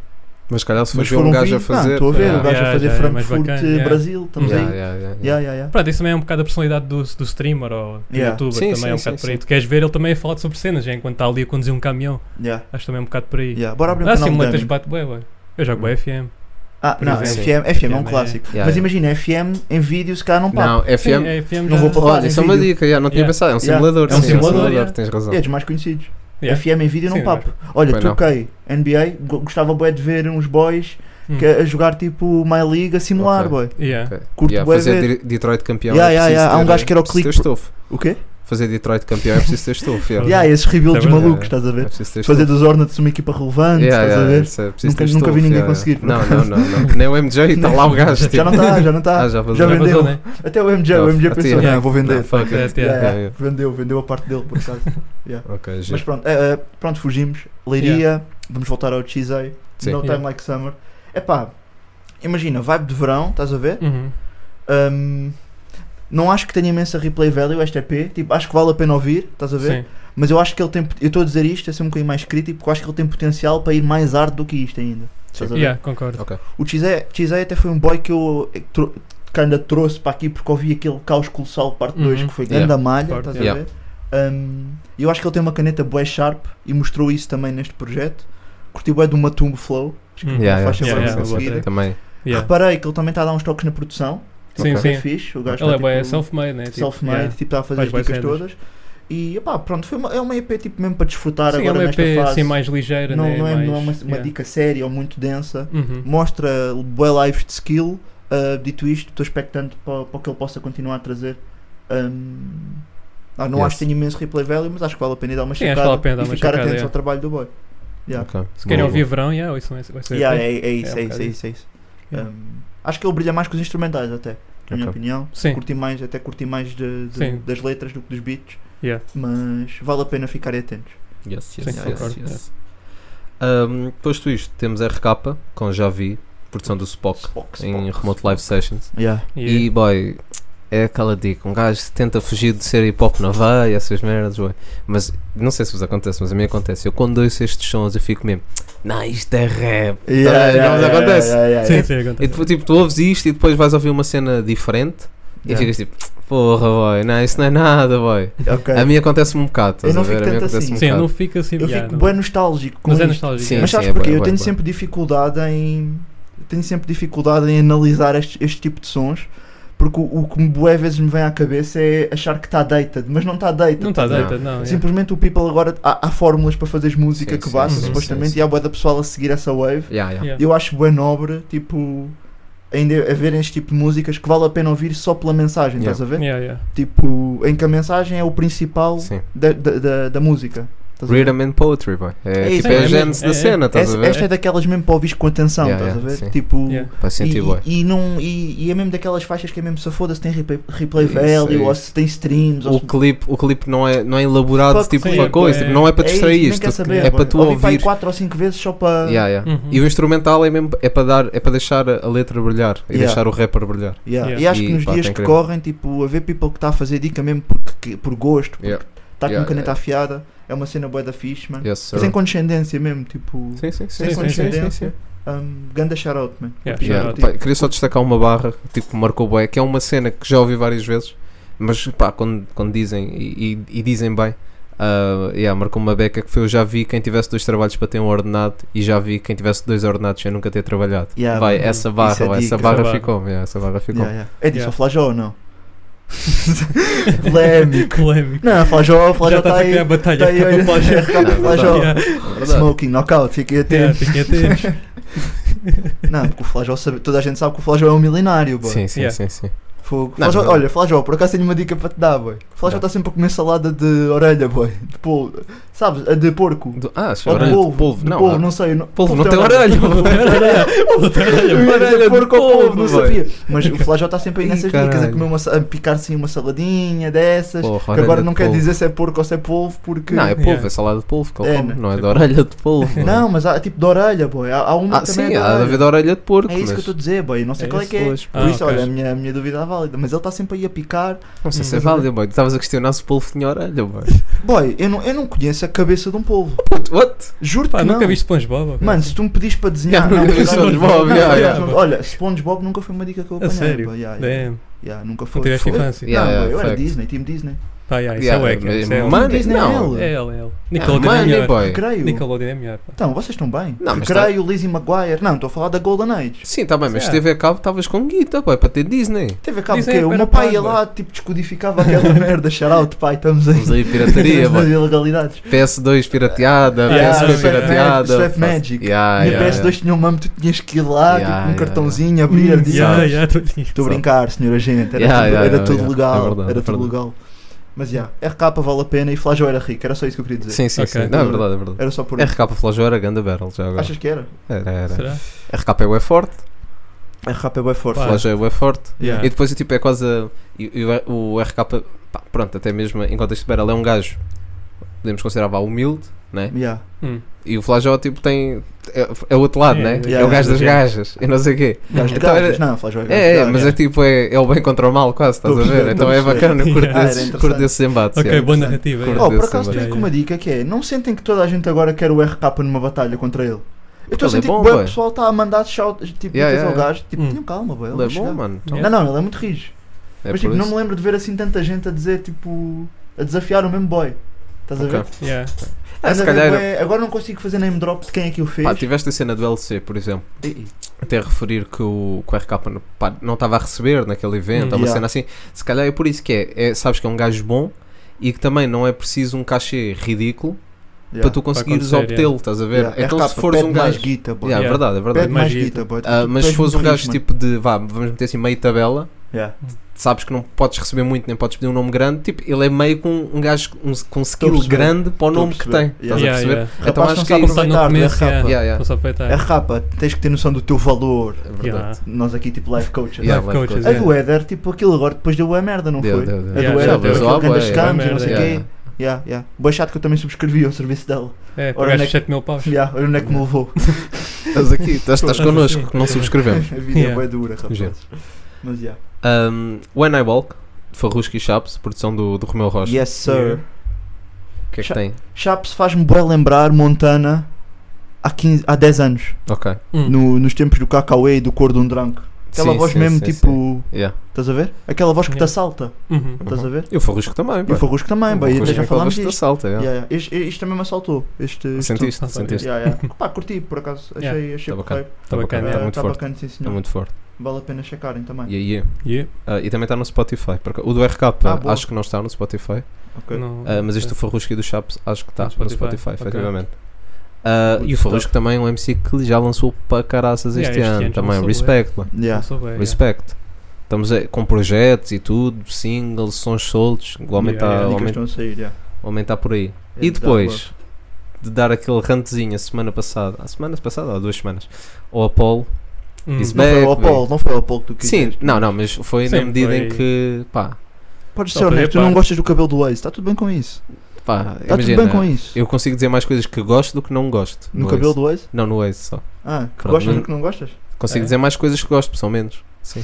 Mas calhar se Mas for ver um foram gajo a vinte, fazer. não, estou a ver, yeah. o gajo Yeah, a fazer já é mais Frankfurt, bacana, yeah. Brasil, estamos Yeah, aí. yeah, yeah, yeah. Yeah, yeah, yeah. Pronto, isso também é um bocado a personalidade do, do streamer ou do Yeah. youtuber, Sim, também sim, é um sim, bocado por aí. sim. Tu queres ver ele também a falar sobre cenas, já enquanto está ali a conduzir um caminhão. Yeah. Acho também é um bocado por aí. Yeah. Bora abrir um Ah, canal de simulators gaming. bate bué, ué. Eu jogo bué F M. Ah, por não, exemplo. F M, F M é um F M é- clássico. Yeah, Mas yeah. imagina, F M em vídeo se calhar não paga. Não, F M. Sim, é F M Não já- vou para- Olha, isso é uma vídeo. dica, já, não tinha Yeah. pensado. É um Yeah. simulador. É um sim, simulador, yeah. tens razão. É dos mais conhecidos. Yeah. F M em vídeo não Sim, papo. Olha, Pois não. troquei N B A, go- gostava bué de ver uns boys Hum. que a jogar tipo My League a simular, Ok. boy. Yeah. Ok. Curto Yeah, bué fazer ver. De- Detroit campeão. Yeah, é yeah, preciso yeah. Há um ter- gajo que era o preciso ter clique- estofo. O quê? Fazer Detroit campeão é preciso ter estofo. yeah. Yeah, esses rebuilds É verdade. malucos, estás a É ver? preciso ter Fazer estofo. dos Hornets uma equipa relevante, Yeah, estás a yeah, ver? isso é preciso Nunca- ter nunca vi estofo, ninguém yeah, conseguir, por Não, acaso. não, não, não. Nem o M J está lá o gajo. Já não está, já não está. Ah, já vazou. Já Já vendeu. vazou, né? Até o M J, o Não, M J até- pensou, yeah. não, vou vender. Não, fuck Yeah, it. yeah. Yeah, Yeah, yeah. Vendeu, vendeu a parte dele, por acaso. Yeah. Ok, Mas giro. pronto, eh, eh, pronto, fugimos. Leiria, vamos voltar ao X A. Sim. No Time Yeah. Like Summer. Epá, imagina, vibe de verão, estás a ver? Uhum. Um, não acho que tenha imensa replay value este E P. Tipo, acho que vale a pena ouvir, estás a ver? Sim. Mas eu acho que ele tem. Eu estou a dizer isto a ser um bocadinho mais crítico porque eu acho que ele tem potencial para ir mais hard do que isto ainda. Estás a ver? Yeah, concordo. Ok. O X A, X A até foi um boy que eu eh, tro- que ainda trouxe para aqui porque ouvi aquele caos colossal parte dois Uhum. que foi Yeah. grande malha, Forte, estás a yeah. ver? Um, eu acho que ele tem uma caneta bué sharp e mostrou isso também neste projeto. Curti bué do Matumbo Flow, acho que Uhum. uma Yeah, faixa yeah, bué yeah, bem boa conseguida. track. Também. Yeah. Reparei que ele também está a dar uns toques na produção. Sim, que é sim. fixe, o gajo Ele é está, bué tipo, self-made, né? Tipo, self-made, yeah. tipo, está a fazer Faz as bué dicas cenas. todas. E epá, pronto, foi uma, é uma E P tipo mesmo para desfrutar Sim, é agora uma E nesta P fase. assim mais ligeira, não, né? não é, mais, não é uma, uma yeah. dica séria ou muito densa. Uhum. Mostra bué lives de skill. Uh, dito isto, estou expectante para, para que ele possa continuar a trazer. Um, ah, não Yes. acho que tenha imenso replay value, mas acho que vale a pena ir dar uma Sim, acho que checada vale a pena dar e uma ficar checada, atentos yeah. ao trabalho do boy. Yeah. Ok. Se querem Boa, ouvir boa. verão, yeah, isso vai ser. Vai ser Yeah, E P. é, é isso, É é, um isso, é bocado isso, é isso. Yeah. Um, acho que ele brilha mais com os instrumentais até, na minha Ok. opinião. Sim. Curti mais, até curti mais de, de- Sim. das letras do que dos beats, Yeah. mas vale a pena ficarem atentos. Yes, yes, Sim, yes, concordo, yes. Um, posto isto, temos R K com Javi, produção do Spock, Spock, em Spock, Remote Spock. Live Sessions. Yeah. Yeah. E boy, é aquela dica, um gajo tenta fugir de ser hip hop na veia, essas merdas, boy. Mas não sei se vos acontece, mas a mim acontece. Eu quando ouço estes sons eu fico mesmo, não, isto é rap. Yeah, Tá, yeah, não vos yeah, acontece. yeah, yeah, Sim, yeah. sim, E acontece. depois, tipo, tu ouves isto e depois vais ouvir uma cena diferente e Yeah. ficas tipo, porra, boy, não, isso não é nada, boy. Ok. A mim acontece-me um bocado, estás Eu a não ver? fico A mim tanto acontece-me assim. um Sim, eu bocado. não fico assim. Eu yeah, fico não. bem nostálgico com Mas é isto. nostálgico. Sim, yeah. Mas sabes é bué, porquê? é Eu bué, tenho bué. sempre dificuldade em. Tenho sempre dificuldade em analisar este, este tipo de sons. Porque o, o que bué vezes me vem à cabeça é achar que está dated, mas não está dated. Não está estás a ver? deita, não. yeah. Simplesmente o people agora há, há fórmulas para fazeres música Sim, que sim, basta, sim, supostamente, sim, sim. e há bué da pessoal a seguir essa wave. Yeah, yeah. Yeah. Eu acho bué nobre, tipo, ainda a verem este tipo de músicas que vale a pena ouvir só pela mensagem, Yeah. estás a ver? Yeah, yeah. Tipo, em que a mensagem é o principal Sim. da, da, da, da música. Estás a ver? Rhythm and Poetry, boy. É, É tipo, isso, é é a mesmo. gênese da É, é. cena, estás Essa- a ver? esta é daquelas mesmo para ouvir com atenção, Yeah, estás yeah, a ver? sim. Tipo, Yeah. Para sentir, e, boy. e, não, e, e é mesmo daquelas faixas que é mesmo se foda se tem replay, replay Isso, value, é ou isso. se tem streams, ou O se clipe, o clipe não, é, não é elaborado Fuck, tipo sim, uma é, coisa, é- tipo, não é para é isso, distrair nem isto, quer saber, é boy. para tu Ouvi para aí ouvir. quatro ou cinco vezes só para. Yeah, yeah. Uhum. E o instrumental é mesmo é para dar, é para deixar a a letra brilhar e Yeah. deixar o rapper brilhar. Yeah. Yeah. E acho E, que nos pá, dias tem que que- correm, tipo, a ver people que está a fazer dica mesmo porque, por gosto, porque Yeah. está com Yeah, caneta yeah. afiada, é uma cena bué da fixe, mano. Yes, sir. Mas em condescendência mesmo, tipo, Sim, sim, sim. sem sim, sim, condescendência. Um, ganda shout-out, man. Yeah, Curti, Yeah, Shout curti. pá, queria só destacar uma barra tipo, que marcou bem, que é uma cena que já ouvi várias vezes, mas pá, quando, quando dizem e, e- e dizem bem, uh, yeah, marcou uma beca que foi: eu já vi quem tivesse dois trabalhos para ter um ordenado e já vi quem tivesse dois ordenados sem nunca ter trabalhado. Yeah, vai, mano, essa barra, isso é vai, essa dica. barra Essa barra. ficou, yeah, essa barra ficou. Yeah, yeah. É disso, Yeah. ao Flajó ou não? Polémico. Polémico. Não, Flajó, Já Flajó está está a criar aí. batalha. Tá aí, com olha, o Flajó. Recado do Flajó. Yeah. Verdade. Smoking, knockout, fiquem Yeah, atentos. fiquem atentos. Não, porque o Flajó sabe, toda a gente sabe que o Flajó é um milionário, boy. Sim, sim, Yeah. sim, sim. Fogo. Não, Flajó, não. olha, Flajó, por acaso tenho uma dica para te dar, boy. Flajó Não. está sempre a comer salada de orelha, boy. De polvo. Sabes? A de porco. Do- ah, Ou de orelha polvo. de polvo. De Não, polvo, ah, não sei. Não, polvo não tem orelha. Polvo tem orelha. Polvo tem orelha. Eu ia dizer Orelha de porco ou polvo, não polvo, boy. sabia. Mas o Flajó está sempre aí Ih, nessas dicas, a, caralho. comer uma, sa- a picar assim uma saladinha dessas. Porra, que orelha agora de não quer polvo. dizer se é porco ou se é polvo, porque. Não, é polvo, Yeah. é salada de polvo que ele É, come, né? não é da orelha de polvo. boy. Não, mas há tipo de orelha, boy. Há, há uma Ah, que também sim, é de há de orelha. haver da orelha de porco. É isso mas que eu estou a dizer, boy. Não sei É qual é isso, que é. pois, Por Ah, isso, ok. olha, a minha, a minha dúvida é válida. Mas ele está sempre aí a picar. Não sei se é Estás a ver? válido, boy. Tu estavas a questionar se o polvo tinha orelha, boy. Boy, eu não, eu não conheço a cabeça de um polvo. What? What? Juro-te Pá, que não. nunca viste SpongeBob? ok? Mano, se tu me pedis para desenhar. Yeah, nunca vi verdade, SpongeBob, não, yeah, aliás, yeah. não- Olha, SpongeBob nunca foi uma dica que eu A apanhei. sério? pá, yeah, yeah. Damn. Yeah, nunca foi. tiveste Foi- infância? Yeah, não, yeah, eu era fact. Disney, time Disney. Pá, yeah, isso Yeah, é o Wack. Isso é o- Money, Disney é não. ele. É ele, é ele. Nickelodeon é Money, melhor. boy. Creio. Nickelodeon é melhor. pá. Então, vocês estão bem? Não, mas Creio, Lizzie McGuire. Não, estou a falar da Golden Age. Sim, tá bem, mas Yeah. T V a cabo estavas com guita, boy, para ter Disney. Teve a cabo Disney que o era meu pai ia pago, lá, tipo, descodificava aquela merda. Shout out, pai, estamos aí. Vamos aí, pirataria, Nas boy. ilegalidades. P S dois pirateada, Yeah, P S P Swift pirateada. Magic, Swift Magic. Yeah, Minha yeah, P S dois tinha um mamo, tu tinhas que ir lá, Yeah, tipo, um yeah, cartãozinho, abrir, abrir. Yeah, sabes? yeah, tu tinhas- Estou a brincar, senhora gente. Era Yeah, tudo, yeah, era yeah, tudo yeah. legal. É verdade, era é tudo verdade. legal. Mas já, R K vale a pena e Flajo era rico. Era só isso que eu queria dizer. Sim, sim, Ok. sim. Não, é verdade, é verdade. Era só por R K Flajó era Ganda Barrel, já agora. Achas que era? Era, era. Será? R K é bué forte, R K é bem forte. Pá. Flajó é bué forte. Yeah. E depois tipo, é quase. a- e- e o, o R K, pá, pronto, até mesmo em contexto de Barrel, é um gajo, podemos considerar vá, humilde, né? Yeah. Hum. E o Flajó tipo tem. É, é o outro lado, Yeah, né? yeah, é o gajo das yeah. gajas, e não sei o quê. Gajo de Então gajas. era- Não, Flajo é gajo É, de é, gajas. mas é tipo, é, é o bem contra o mal, quase, estás a Estou a ver? perceber, Então é estou a bacana, perceber. curto Ah, era desses, interessante. curto desses embates. Ok, yeah. boa narrativa. Curto yeah. Oh, por desse acaso também. tenho uma dica que é: não sentem que toda a gente agora quer o R K numa batalha contra ele? Eu estou a Ele é sentir bom, que bué boy. pessoal está a mandar shout, tipo, Yeah, dicas ao yeah, gajo. Tipo, Hum. tenham calma, boy, ele Ele é vai bom, chegar. mano. Então, Yeah. Não, não, ele é muito rijo. é Mas por tipo, não isso. me lembro de ver assim tanta gente a dizer, tipo, a desafiar o mesmo boy. Estás a Ok. ver? Yeah. Ah, se Anda a ver, calhar. bué- agora não consigo fazer name drop de quem é que o fez. Pá, tiveste a cena do L C, por exemplo. E- e- Até a referir que o, que o R K pá, não estava a receber naquele evento, Hum. ou uma Yeah. cena assim. Se calhar é por isso que é, é. Sabes que é um gajo bom e que também não é preciso um cachê ridículo yeah. para tu conseguires acontecer, obtê-lo, estás a ver? Yeah. Então R K, se fores pede um mais gajo. guita, boy. Yeah, Yeah. verdade, é verdade. Pede mais Mais guita, boy. Ah, Tu- mas tu se és fores um muito gajo rijo, tipo de. Vá, vamos meter assim meio tabela. mano. Yeah. Sabes que não podes receber muito, nem podes pedir um nome grande. Tipo, ele é meio com um gajo um, com a skill perceber. grande para o Estou a nome que perceber. tem. Yeah. Estás a Yeah, perceber? yeah. Então Rapaz, acho não que é sabe isso. Começar no aproveitar, começo, né, yeah. Yeah, yeah. Não se aproveitar. R K, tens que ter noção do teu valor. É verdade. Yeah. Nós aqui, tipo, life coaches. Yeah, Life life coaches, coach. A do Éder, tipo, aquilo agora depois deu a merda, não Deu, foi? deu, deu. A do Yeah, Éder, já depois deu. aquele Ah, grande bué, escamas e não bué sei o merda, quê. Yeah, yeah. Boa chato que eu também subscrevi ao serviço dela. É, Ora, pagaste onde é que- sete mil paus. Yeah, olha onde é que me levou. Estás aqui, estás, estás Estás connosco, assim. que não subscrevemos. A vida Yeah. é bem dura, rapaz. Gente. Mas, yeah. Um, When I Walk, de Farrusco e Chaps, produção do, do Romeu Rocha. Yes, sir. Yeah. O que é que Cha- tem? Chaps faz-me bem lembrar Montana há, quinze, há dez anos. Ok. Hum. No- nos tempos do Cacauê e do Cordon Drunk. Aquela Sim, voz sim, mesmo, sim, tipo... Yeah. Estás a ver? Aquela voz que te Yeah. assalta. Uhum. Estás a ver? E o Farrusco também, E pá. o Farrusco também, O bem, Farrusco até já é falámos aquela voz que te disto. assalta, yeah. Yeah, yeah. Isto, isto também me assaltou. Este, este Sentiste, som. sentiste. Yeah, yeah. Pá, curti por acaso. Achei, Yeah. achei Tá bacana. porreiro. Está bacana, bacana, está Eh, muito tá forte. bacana, sim Está senhor. muito forte. Vale a pena checarem também. Yeah, yeah. Yeah. Ah, e também está no Spotify. porque O do R K, Ah, boa. acho que não está no Spotify. Ok. Não- Ah, mas este do Farrusco e do Chaps, acho que está No no Spotify, Spotify, ok. efetivamente. Ah, Good e o stuff. Farrusco também é um M C que já lançou para caraças Yeah, este, este ano. ano já Também, lançou, respect, pá. Yeah. Não sou bem, yeah. Respect. Estamos a- com projetos e tudo, singles, sons soltos. O homem Yeah, está yeah. Dicas homem- estão a sair, yeah. o homem tá por aí. É E de dar depois de dar aquele rantezinho a semana passada, a semana passada ou duas semanas, ao Apollo. Hum. Isso Não foi Back, o Apollo, não foi o Apollo que tu quiseste. Sim, não, não, mas foi Sim, na medida em foi- que, pá, Podes Só ser foi honesto, a tu não par. gostas do cabelo do Waze, está tudo bem com isso. pá, Está tudo imagina, bem com isso. eu consigo dizer mais coisas que gosto do que não gosto. No Waze. cabelo do Waze? Não, no Waze só. Ah, que Pronto, gostas mas- do que não gostas? Consigo É. dizer mais coisas que gosto, são menos. Sim.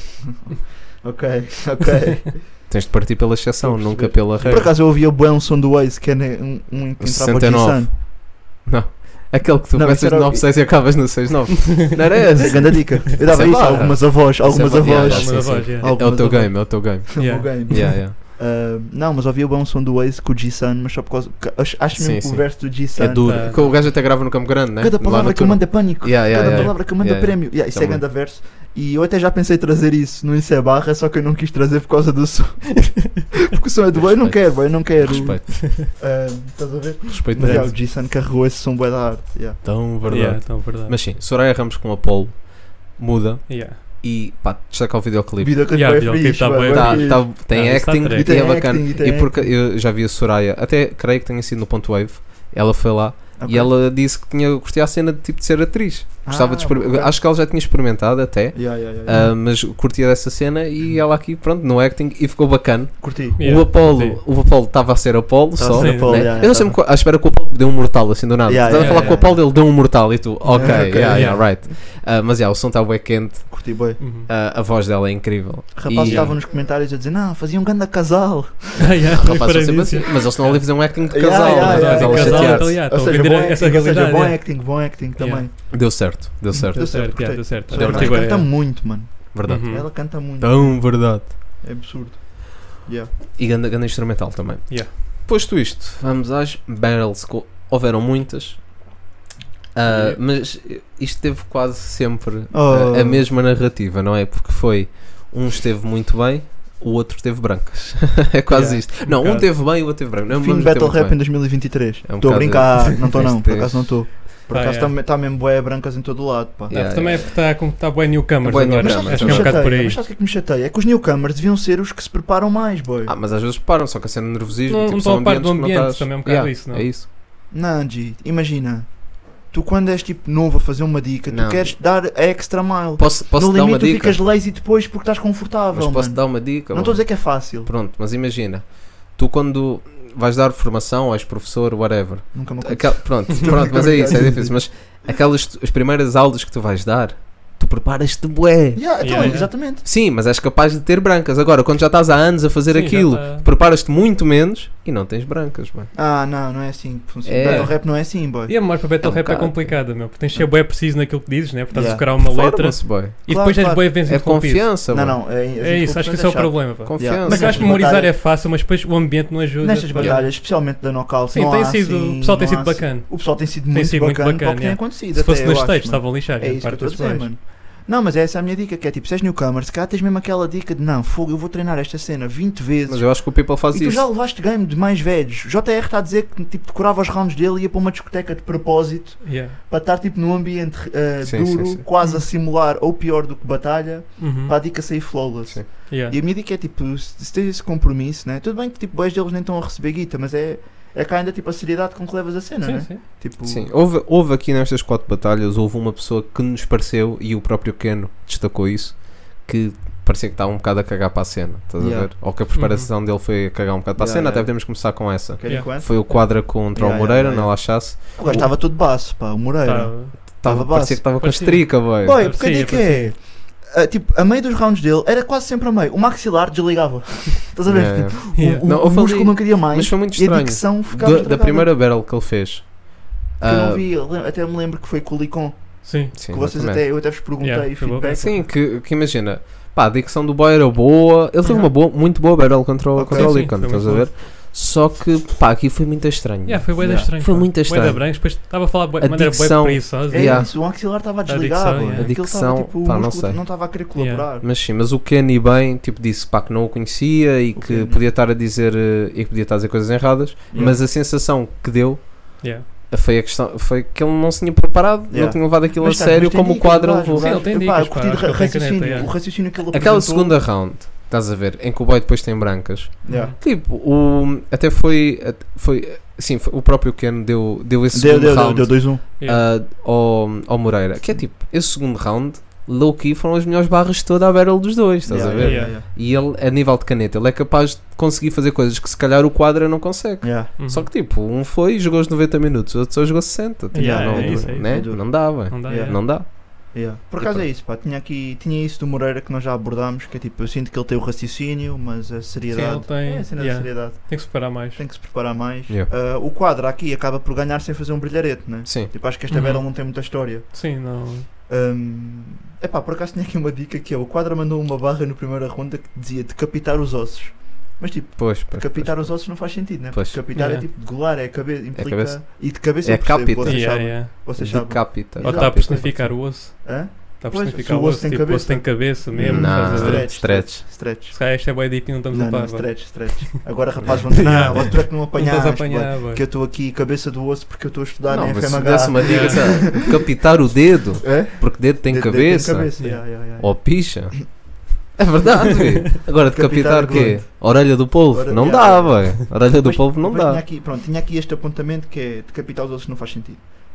Ok, ok. Tens de partir pela exceção, Estou a nunca perceber. pela Por regra. acaso eu ouvia bem um som do Waze que é ne- um, um em que entrava o sessenta e nove. G-Sun. Não. Aquele que tu Não, começas isso era no o- nove seis e acabas no seis nove. Não era Essa é esse? grande dica. Eu dava Isso é isso a bom. algumas avós, algumas Isso é bom. avós. Yeah, Algumas sim, sim. avós, yeah. É o Algumas teu avós. game, é o teu game. O Yeah. meu game. Yeah, yeah. Uh, não, mas ouvia bem um som do Waze com o G-Sun, mas só por causa. que- Acho, acho mesmo Sim, que o sim. verso do G-Sun. É duro. tá. Que O gajo até grava no Campo Grande, né? Cada Lá palavra no que eu turno. mando é pânico. Yeah, yeah, Cada yeah. palavra que eu mando Yeah, é prémio. Yeah, isso é Também. grande verso. E eu até já pensei trazer isso no Isso é Barra, só que eu não quis trazer por causa do som. Porque o som é do eu não quero, boy, eu não quero. Respeito, Uh, estás a ver? respeito Mas yeah, mesmo. o G-Sun carregou esse som bué da arte. Yeah. Tão verdade. Yeah, então, verdade. Mas sim, Soraya Ramos com Apollo muda Yeah. e pá, destaca o videoclipe. Vida que Yeah, é videoclipe fixe, tá bué, bué bué Tá, fixe. tá- tem Ah, isso tá acting track. e, E tem é bacana. acting, e tem E porque eu já vi a Soraya, até creio que tenha sido no Ponto Wave, ela foi lá Ok. e ela disse que tinha gostado a cena de, tipo, de ser atriz. Gostava Ah, de experimentar. ok. Acho que ela já tinha experimentado até. Yeah, yeah, yeah. ah, mas curtia dessa cena e ela aqui, pronto, no acting e ficou bacana. Curti. Yeah, o Apollo, sim. o Apollo estava a ser Apollo Estava só. a ser Sim, Apollo, né? yeah, eu não yeah, sei à espera que o Apollo dê um mortal assim do nada. Yeah, Estás a yeah, falar yeah, com o Apollo, ele deu um mortal e tu, ok, Yeah, ok, yeah, yeah, yeah. right. Ah, mas yeah, o som está bem quente, Curti bem. Uhum. ah, a voz dela é incrível. Rapazes E- estavam nos comentários a dizer, não, fazia um grande casal. Ah, yeah, Rapaz, para são sempre isso. assim, mas eles estão ali a fazer um acting de Yeah, casal, yeah, mas yeah, ela yeah, casal, chatear-se. então, yeah, Ou estou a seja, vender bom, essa acting, ou seja, realidade. bom yeah. acting, bom acting também. Deu certo, deu certo. Deu certo, certo, gostei. yeah, deu certo. Ela Deu Tipo, canta é- muito, mano. Verdade. Uhum. Ela canta muito. Tão verdade. É absurdo. Yeah. E ganda, ganda instrumental também. Yeah. Posto isto, vamos às battles. que Houveram muitas. Ah, Yeah. Mas isto teve quase sempre Oh. ah, a mesma narrativa, não é? Porque foi um esteve muito bem, o outro teve brancas. É quase Yeah. isto. Não, um bocado. teve bem, o outro teve branco. Não, Fim mas de Battle teve muito Rap em bem. dois mil e vinte e três. É um Estou a bocado brincar, isso. não estou não, Este por é- acaso não estou. Por Ah, acaso yeah. está mesmo bué brancas em todo o lado, pá. Não, Yeah, também está como está bem newcomers Bué agora. Mas newcomers, sabes Acho o que é um que me bocado por chateia? aí. Mas sabes o que é que me chateia? É que os newcomers deviam ser os que se preparam mais, boy. Ah, mas às vezes param, só que a cena de nervosismo, Não- tipo, não são estão a par do ambientes que não ambiente, estás- também é um bocado Yeah, isso, não? É isso. Não, G, imagina. Tu quando és tipo novo a fazer uma dica, Não. tu queres dar a extra mile. Posso, posso no dar uma limite tu dica? ficas lazy depois porque estás confortável, Mas posso mano. dar uma dica? Não mano? estou a dizer que é fácil. Pronto, mas imagina, tu quando vais dar formação, és professor, whatever. Nunca me aconteceu. Aquel, pronto, pronto, mas é isso, é difícil. Mas aquelas as primeiras aulas que tu vais dar, tu preparas-te bué. Yeah, então, Yeah, yeah. exatamente. Sim, mas és capaz de ter brancas. Agora, quando já estás há anos a fazer Sim, já aquilo, tá. preparas-te muito menos e não tens brancas, mano. Ah, não, não é assim que funciona. É. Battle Rap não é assim, boy. E a mais para Battle É um Rap é bocado. complicada, meu. Porque tens de ser bem preciso naquilo que dizes, né? Porque estás Yeah. a decorar uma letra Forma-se, boy. e Claro, depois és claro. bem vezes É interrompido. confiança, Não, mano. não. É, É isso, acho que esse é o problema. pá. Confiança. Yeah. Mas eu acho que Mas memorizar batalha- é fácil, mas depois o ambiente não ajuda. Nestas pá. batalhas, especialmente da Knockout, Sim, não tem há sido, assim, o pessoal tem não sido há assim- bacana. O pessoal tem sido Tem muito sido muito bacana para o bacana, que tem yeah. acontecido. Se fosse até, nas eu stages, acho, mano. estavam lixados. É em isso que eu parte estou a das dizer, pessoas. mano. Não, mas essa é a minha dica, que é tipo, se és newcomer, se calhar tens mesmo aquela dica de não, fogo, eu vou treinar esta cena vinte vezes. Mas eu acho que o People faz E tu isso. já levaste game de mais velhos. J R está a dizer que tipo, decorava os rounds dele e ia para uma discoteca de propósito Yeah. para estar tipo num ambiente eh, Sim, duro, sim, sim. quase a simular ou pior do que batalha, Uhum. para a dica sair flawless. Sim. Yeah. E a minha dica é tipo, se se tens esse compromisso, né? Tudo bem que tipo, bois deles nem estão a receber guita, mas é, é cá ainda tipo a seriedade com que levas a cena, Sim, né? sim. Tipo, Sim, houve, houve aqui nestas quatro batalhas, houve uma pessoa que nos pareceu, e o próprio Keno destacou isso, que parecia que estava um bocado a cagar para a cena, estás Yeah. a ver? Ou que a preparação dele foi a cagar um bocado para a Yeah, cena, yeah. até podemos começar com essa. querem Yeah. quanto? Foi o quadra contra Yeah, o Moreira, yeah, yeah. na Lachasse. O gajo estava todo baço, pá, o Moreira. Tá. Tava Tava, baço. parecia que estava com a Parecia. estrica, boy. Boy, porque a Sim, dica é, ah, tipo, a meio dos rounds dele era quase sempre a meio. O maxilar desligava. Estás a ver? Yeah, Tipo, Yeah. o, Não, o, houve o ali- músculo não queria mais. Mas foi muito E a estranho. dicção ficava Da, da estragada. primeira battle que ele fez. Que eu ah, não vi, eu lem- até me lembro que foi com o Licon. Sim. sim, Que vocês exatamente. até, eu até vos perguntei Yeah, foi bom. feedback. Sim, que, que imagina, pá, a dicção do boy era boa, ele teve Uhum. uma boa, muito boa battle contra o, Ok. contra o Sim, Lincoln, foi estás a muito ver? Só que, pá, aqui foi muito estranho. Yeah, foi bué da Yeah. estranho. Foi pá. muito Bué da estranho. branco, depois estava a falar bué- de A maneira bué dicção- preguiçosa. É Yeah. isso, o maxilar estava a A desligar, dicção, boy. yeah. Aquilo A estava, dicção, tipo, o pá, não músculo sei. não estava a querer colaborar. Mas sim, mas o Kenny bem, tipo, disse pá, que não o conhecia e O que Kenny. podia estar a dizer eh, e que podia estar a dizer coisas erradas, Yeah. mas a sensação que deu Yeah. foi a questão, foi que ele não se tinha preparado, não Yeah. tinha levado aquilo Mas a tá, sério mas tem como o dicas, quadro o gajo, levou. o gajo. Sim, ele tem Epá, dicas, eu curti pá, de acho que ele tem raciocínio, caneta, yeah. o raciocínio que ele Aquela apresentou. segunda round, estás a ver, em que o boy depois tem brancas. Yeah. Tipo, o, até foi, foi, sim, foi- o próprio Ken deu, deu esse Deu, segundo deu, deu, round deu dois um. Yeah. ah, ao, ao Moreira, que é tipo, esse segundo round, low-key foram as melhores barras de toda a battle dos dois, estás Yeah, a ver? yeah, Yeah. E ele, a nível de caneta, ele é capaz de conseguir fazer coisas que se calhar o quadra não consegue. yeah. Uhum. Só que tipo, um foi e jogou os noventa minutos, o outro só jogou sessenta. Tipo, Yeah, não, é isso, é isso. né? É duro. não dá, véio. Não dá, Yeah. yeah. Não dá. Yeah. Por E acaso pronto. é isso, pá. Tinha, aqui, tinha isso do Moreira que nós já abordámos, que é tipo, eu sinto que ele tem o raciocínio, mas a seriedade. Sim, ele tem- É a cena yeah. de seriedade. Tem que se preparar mais. Tem que se preparar mais. Yeah. Ah, o quadro aqui acaba por ganhar sem fazer um brilharete, né? Sim. Tipo, acho que esta Uhum. battle não tem muita história. Sim, não. Um, epá, por acaso tinha aqui uma dica que é: o quadro mandou uma barra no primeira ronda que dizia decapitar os ossos. Mas tipo, Pois, pois, decapitar pois. os ossos não faz sentido, né? Pois. Porque decapitar Yeah. é tipo degolar, é cabeça, implica. cabeça. E de cabeça É eu percebo, capita. vocês Yeah, sabem. yeah. Vocês sabem. Decapita. Ou está a Decapita. personificar o osso. Hã? Está a Pois, personificar se o o osso, osso tem tipo, o cabeça. osso tem cabeça mesmo. Não. estás a ver? Stretch, Stretch. stretch. Se calhar esta é boa deep e não estamos Não, a não, par. vá. stretch, stretch. Agora rapazes vão dizer, Yeah. não, tu é que não Não apanhaste, estás a boy, apanhar, boy. que eu estou aqui cabeça do osso porque eu estou a estudar Não, na mas F se M desse H. uma dica, Yeah. sabe, decapitar o dedo, É? porque dedo tem De- de- cabeça, Tem cabeça. Yeah. Yeah, yeah, yeah. ou picha. É verdade, filho. Agora Decapitar decapitar o quê? glande. A orelha do polvo? Ora- Não yeah, dá, yeah. velho. A orelha do Mas- polvo não mas Tinha dá. aqui, pronto, tinha aqui este apontamento que é decapitar os ossos não faz sentido.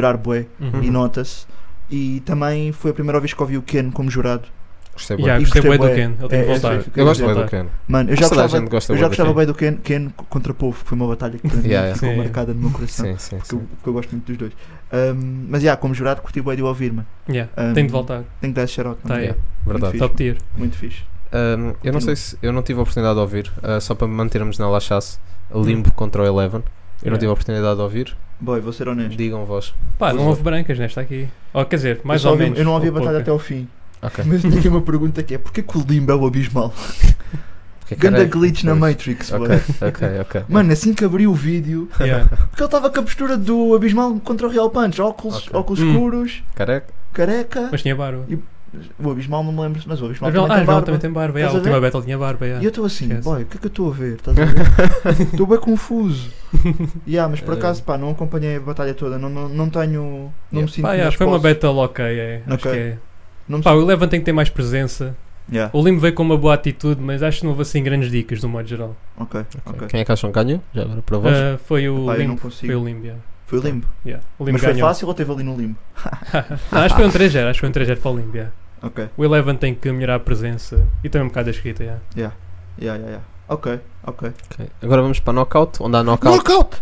melhorar bué Uhum. e nota-se. E também foi a primeira vez que ouvi o Ken como jurado. Gostei Yeah, bué. gostei gostei bué do bué. Ken, ele tem É, de é voltar. isso que Eu gosto Tem de bem do voltar. Ken. Mano, eu já Toda a gostava, gente gosta eu bué já do gostava Ken. bem do Ken, Ken contra Povo, que foi uma batalha que para mim Yeah, yeah. ficou Sim. marcada no meu coração. Sim, sim, Porque eu, sim. porque eu gosto muito dos dois. Um, mas já, como jurado, curti bem de o ouvir, mano. Yeah, Um, tem de voltar. Tenho que dar esse shout-out. Tá mano. aí. Yeah, verdade. fixe. Top tier. Muito fixe. Um, eu não Continua. sei se eu não tive a oportunidade de ouvir, uh, só para mantermos na lachasse, Limbo contra o Eleven. Eu não Yeah. tive a oportunidade de ouvir. Boy, vou ser honesto. Digam vós. Pá, não Pois é. houve brancas nesta aqui. Ou quer dizer, mais eu, só ou ouvi- menos. eu não ouvi a ou batalha pouca. até ao fim. Ok. Mas tenho aqui uma pergunta que é: porquê que o Limbo é o abismal? Porque, Ganda caralho, glitch na pois. Matrix, boy. Ok, ok, ok. Mano, assim que abri o vídeo, Yeah. porque ele estava com a postura do abismal contra o Real Punch, óculos, Ok. óculos Hum. escuros, Careca. careca. Mas tinha barba. O abismal não me lembro, mas o abismal Mas também ah, tem João barba. também tem barba. Yeah, Estás a a última ver? battle tinha barba. Yeah. E eu estou assim, Esquece. boy, o que é que eu estou a ver? Estás a ver? Estou bem confuso. Yeah, mas por Eh. acaso, pá, não acompanhei a batalha toda, não, não, não tenho. Não me sinto. Pá, yeah, nas foi uma posses. battle ok. É. Acho Ok. que é. Não me Pá, o sinto- Eleven tem que ter mais presença. Yeah, O Limbo veio com uma boa atitude, mas acho que não houve assim grandes dicas do modo geral. ok, ok. Quem é que acham que ganhou? Já agora para vós. Ah, foi o Epá, eu não Limbo. consigo. Foi o Limbo. Yeah. Foi o limbo. Yeah. O Limbo Mas foi ganhou. fácil ou teve ali no limbo? Não, acho que foi um três zero. Acho que foi um três zero para o Limbo. Yeah. Ok. O Eleven tem que melhorar a presença e também um bocado a escrita. Yeah. Yeah, yeah, yeah. Ok, ok. Ok. Agora vamos para Knockout, onde há Knockout. Knockout!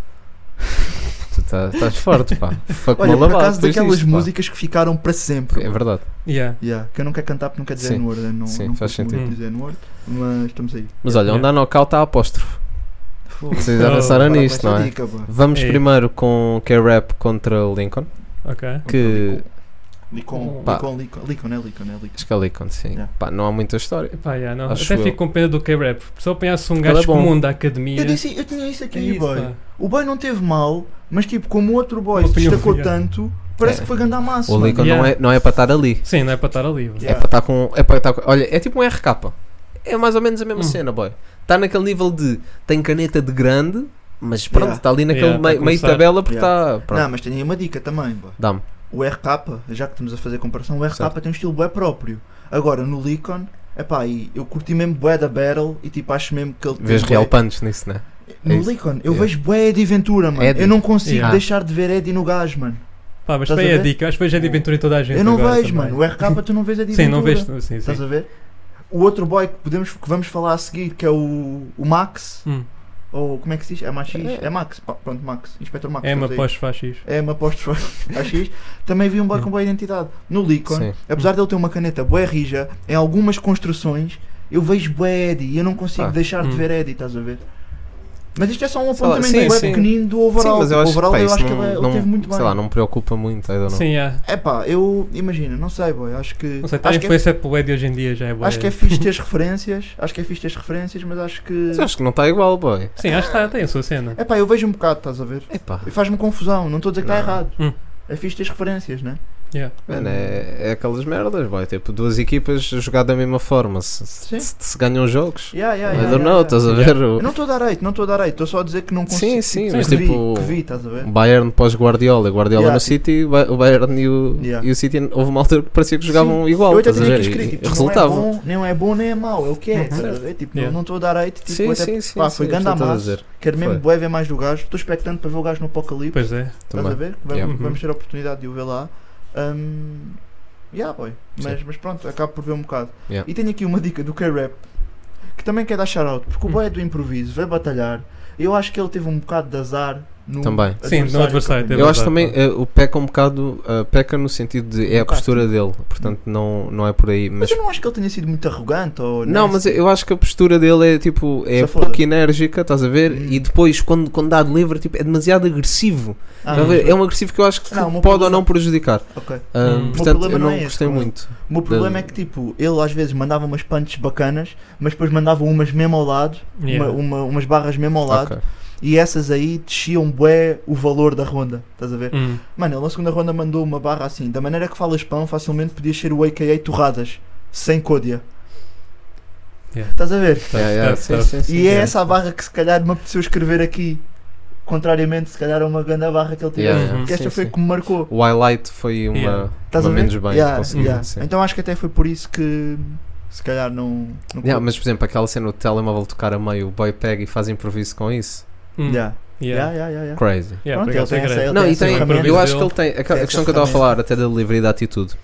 Tu tá- estás forte, pá. Fuck Olha, uma por lavada acaso depois daquelas disto, pá. músicas que ficaram para sempre. É verdade. Yeah. Yeah, que eu não quero cantar porque não quer dizer Sim. N-word, eu não, Sim, não faz costumo sentido. dizer N-word, mas estamos aí. Mas olha, onde há Knockout há apóstrofo. Foda-se. Vocês já Oh, pensaram Para com nisto, essa não é? dica, pá. Vamos É. primeiro com K-Rap contra Lincoln. Ok. Que. Lincoln, Pá. Lincoln, Lincoln, Lincoln, é Lincoln, é Lincoln. Acho que é Lincoln, sim. Yeah. Pá, não há muita história. Epá, yeah, não. Acho Até eu. fico com pena do K-Rap. Se eu apanhasse um Ele gajo é bom. comum da academia. Eu disse, eu tinha isso aqui, é isso, boy. pá. O boy não teve mal, mas tipo, como o outro boy Uma se opinião destacou fria. tanto, parece É. que foi grande massa. O mano. Lincoln Yeah. não, é, não é para estar ali. Sim, não é para estar ali. Yeah. É para estar com. É para estar com. Olha, é tipo um R K. É mais ou menos a mesma Hum. cena, boy. Está naquele nível de. Tem caneta de grande, mas pronto, Yeah. está ali naquele Yeah, tá meio, a meio começar. tabela porque Yeah. está. Pronto, Não, mas tenho aí uma dica também, boy. dá-me. O R K, já que estamos a fazer comparação, o R K Certo. tem um estilo bué próprio. Agora, no Lincoln, epá, e eu curti mesmo bué da battle e tipo, acho mesmo que ele tem Vês bué- real punch nisso, né? No É isso. Lincoln, eu Yeah. vejo bué Eddie Ventura, mano. Eddie. Eu não consigo Yeah. deixar de ver Eddie no gajo, mano. Pá, mas Estás também a é ver? dica. Acho que vejo a de aventura em toda a gente. Eu não agora vejo, também. mano. O R K tu não vês Eddie Sim, Ventura. não vejo. Sim, sim. Estás a ver? O outro boy que, podemos, que vamos falar a seguir, que é o, o Max, Hum. ou como é que se diz? É Max X? É. É Max. Pá, pronto, Max. Inspector Max. É uma estamos aí. pós-faz É uma posto a X. Também vi um boy com boa identidade. No Lincoln, Sim. apesar de ele ter uma caneta bué rija, em algumas construções eu vejo bué Eddie e eu não consigo Ah. deixar de Hum. ver Eddie, estás a ver? Mas isto é só um Sei lá, apontamento sim, bué sim. pequenino do Sim, overall. mas eu o acho, overall pá, eu isso acho que não, ele, ele não, teve muito bem. sei lá, não me preocupa muito, I don't know. Sim, yeah. É pá, eu imagino, não sei, boy, acho que Não sei, está a acho, que é, influência pelo Eddie hoje em dia já é boa. acho que é fixe ter as referências, acho que é fixe ter as referências, mas acho que Mas eu acho que não está igual, boy. Sim, acho que está, tem a sua cena. é pá, eu vejo um bocado, estás a ver? Epá. E faz-me confusão, não estou a dizer que está Não. errado. Hum. É fixe ter as referências, né? Yeah. Mano, é, é aquelas merdas, boy. Tipo, duas equipas a jogar da mesma forma. Se, Sim. se, se ganham jogos. Yeah, yeah, I yeah, don't yeah, know, yeah. estás a ver? Eu O não estou a dar hate, não estou a dar hate, estou só a dizer que não consigo. Sim, sim, que mas vi, tipo- que vi, estás a ver? Bayern pós Guardiola, Guardiola Yeah, no tipo- City, o Ba- o Bayern e o, Yeah. e o City houve uma altura que parecia que jogavam igual, Eu até estás a tinha ver? aqui E- escrito, e tipo, resultava. não é bom, nem é bom nem é mau, é o que é, Uhum. estás a ver? Tipo, Yeah. não- não estou a dar hate, tipo, Sim, até, sim, sim. pá, sim, foi é grande isso a que estás a massa, dizer. quero mesmo Foi. bué ver mais do gajo, estou expectante para ver o gajo no Apocalipse, Pois é. estás Também. a ver? Vamos, Yeah. vamos ter a oportunidade de o ver lá. Um, yeah, boy. Mas, mas pronto, acabo por ver um bocado. Yeah. E tenho aqui uma dica do K-Rap que também quer dar shout-out, porque o Hum. boy é do improviso, veio batalhar. Eu acho que ele teve um bocado de azar no Também. Sim, no adversário que teve. Eu É acho verdade, também eh, o peca um bocado, eh, peca no sentido de é a Um bocado. postura dele, portanto não, não é por aí. Mas Mas eu não acho que ele tenha sido muito arrogante ou não, mas eu acho que a postura dele é tipo, é Só foda. pouco enérgica, estás a ver? Hum. E depois quando, quando dá de livre tipo, é demasiado agressivo. Ah, Estás a ver? É um agressivo que eu acho que Não, o meu pode ou problema- não prejudicar. ok. Ah, Hum. O meu portanto, problema eu não não é esse, gostei não é? muito. O meu problema Da- é que tipo, ele às vezes mandava umas punches bacanas, mas depois mandava umas mesmo ao lado, Yeah. uma, uma- umas barras mesmo ao lado, Ok. e essas aí desciam bué o valor da ronda, estás a ver? Hum. Mano, ele na segunda ronda mandou uma barra assim, da maneira que falas pão, facilmente podias ser o A K A Torradas, sem códia. Yeah. Estás a ver? Yeah, yeah, Tá, sim, tá. sim, sim. E é yeah. essa a barra que se calhar me apeteceu escrever aqui. Contrariamente, se calhar é uma grande barra que ele teve. Yeah, yeah. Porque esta Sim, foi sim. que me marcou. O highlight foi uma, Yeah. Estás uma a ver? menos bem Yeah, conseguida, yeah. sim. Então acho que até foi por isso que se calhar não. não Yeah, mas por exemplo, aquela cena do telemóvel tocar a meio, o boy pega e faz improviso com isso. Hum. Yeah. Yeah. Yeah, yeah, yeah, yeah. Crazy. Yeah, Pronto, por acaso ele é tem essa- grande. ele Não, tem e essa tem, ferramenta eu acho que dele. ele tem, a, Tem a essa questão que eu estava a ferramenta. falar até da livre e da atitude.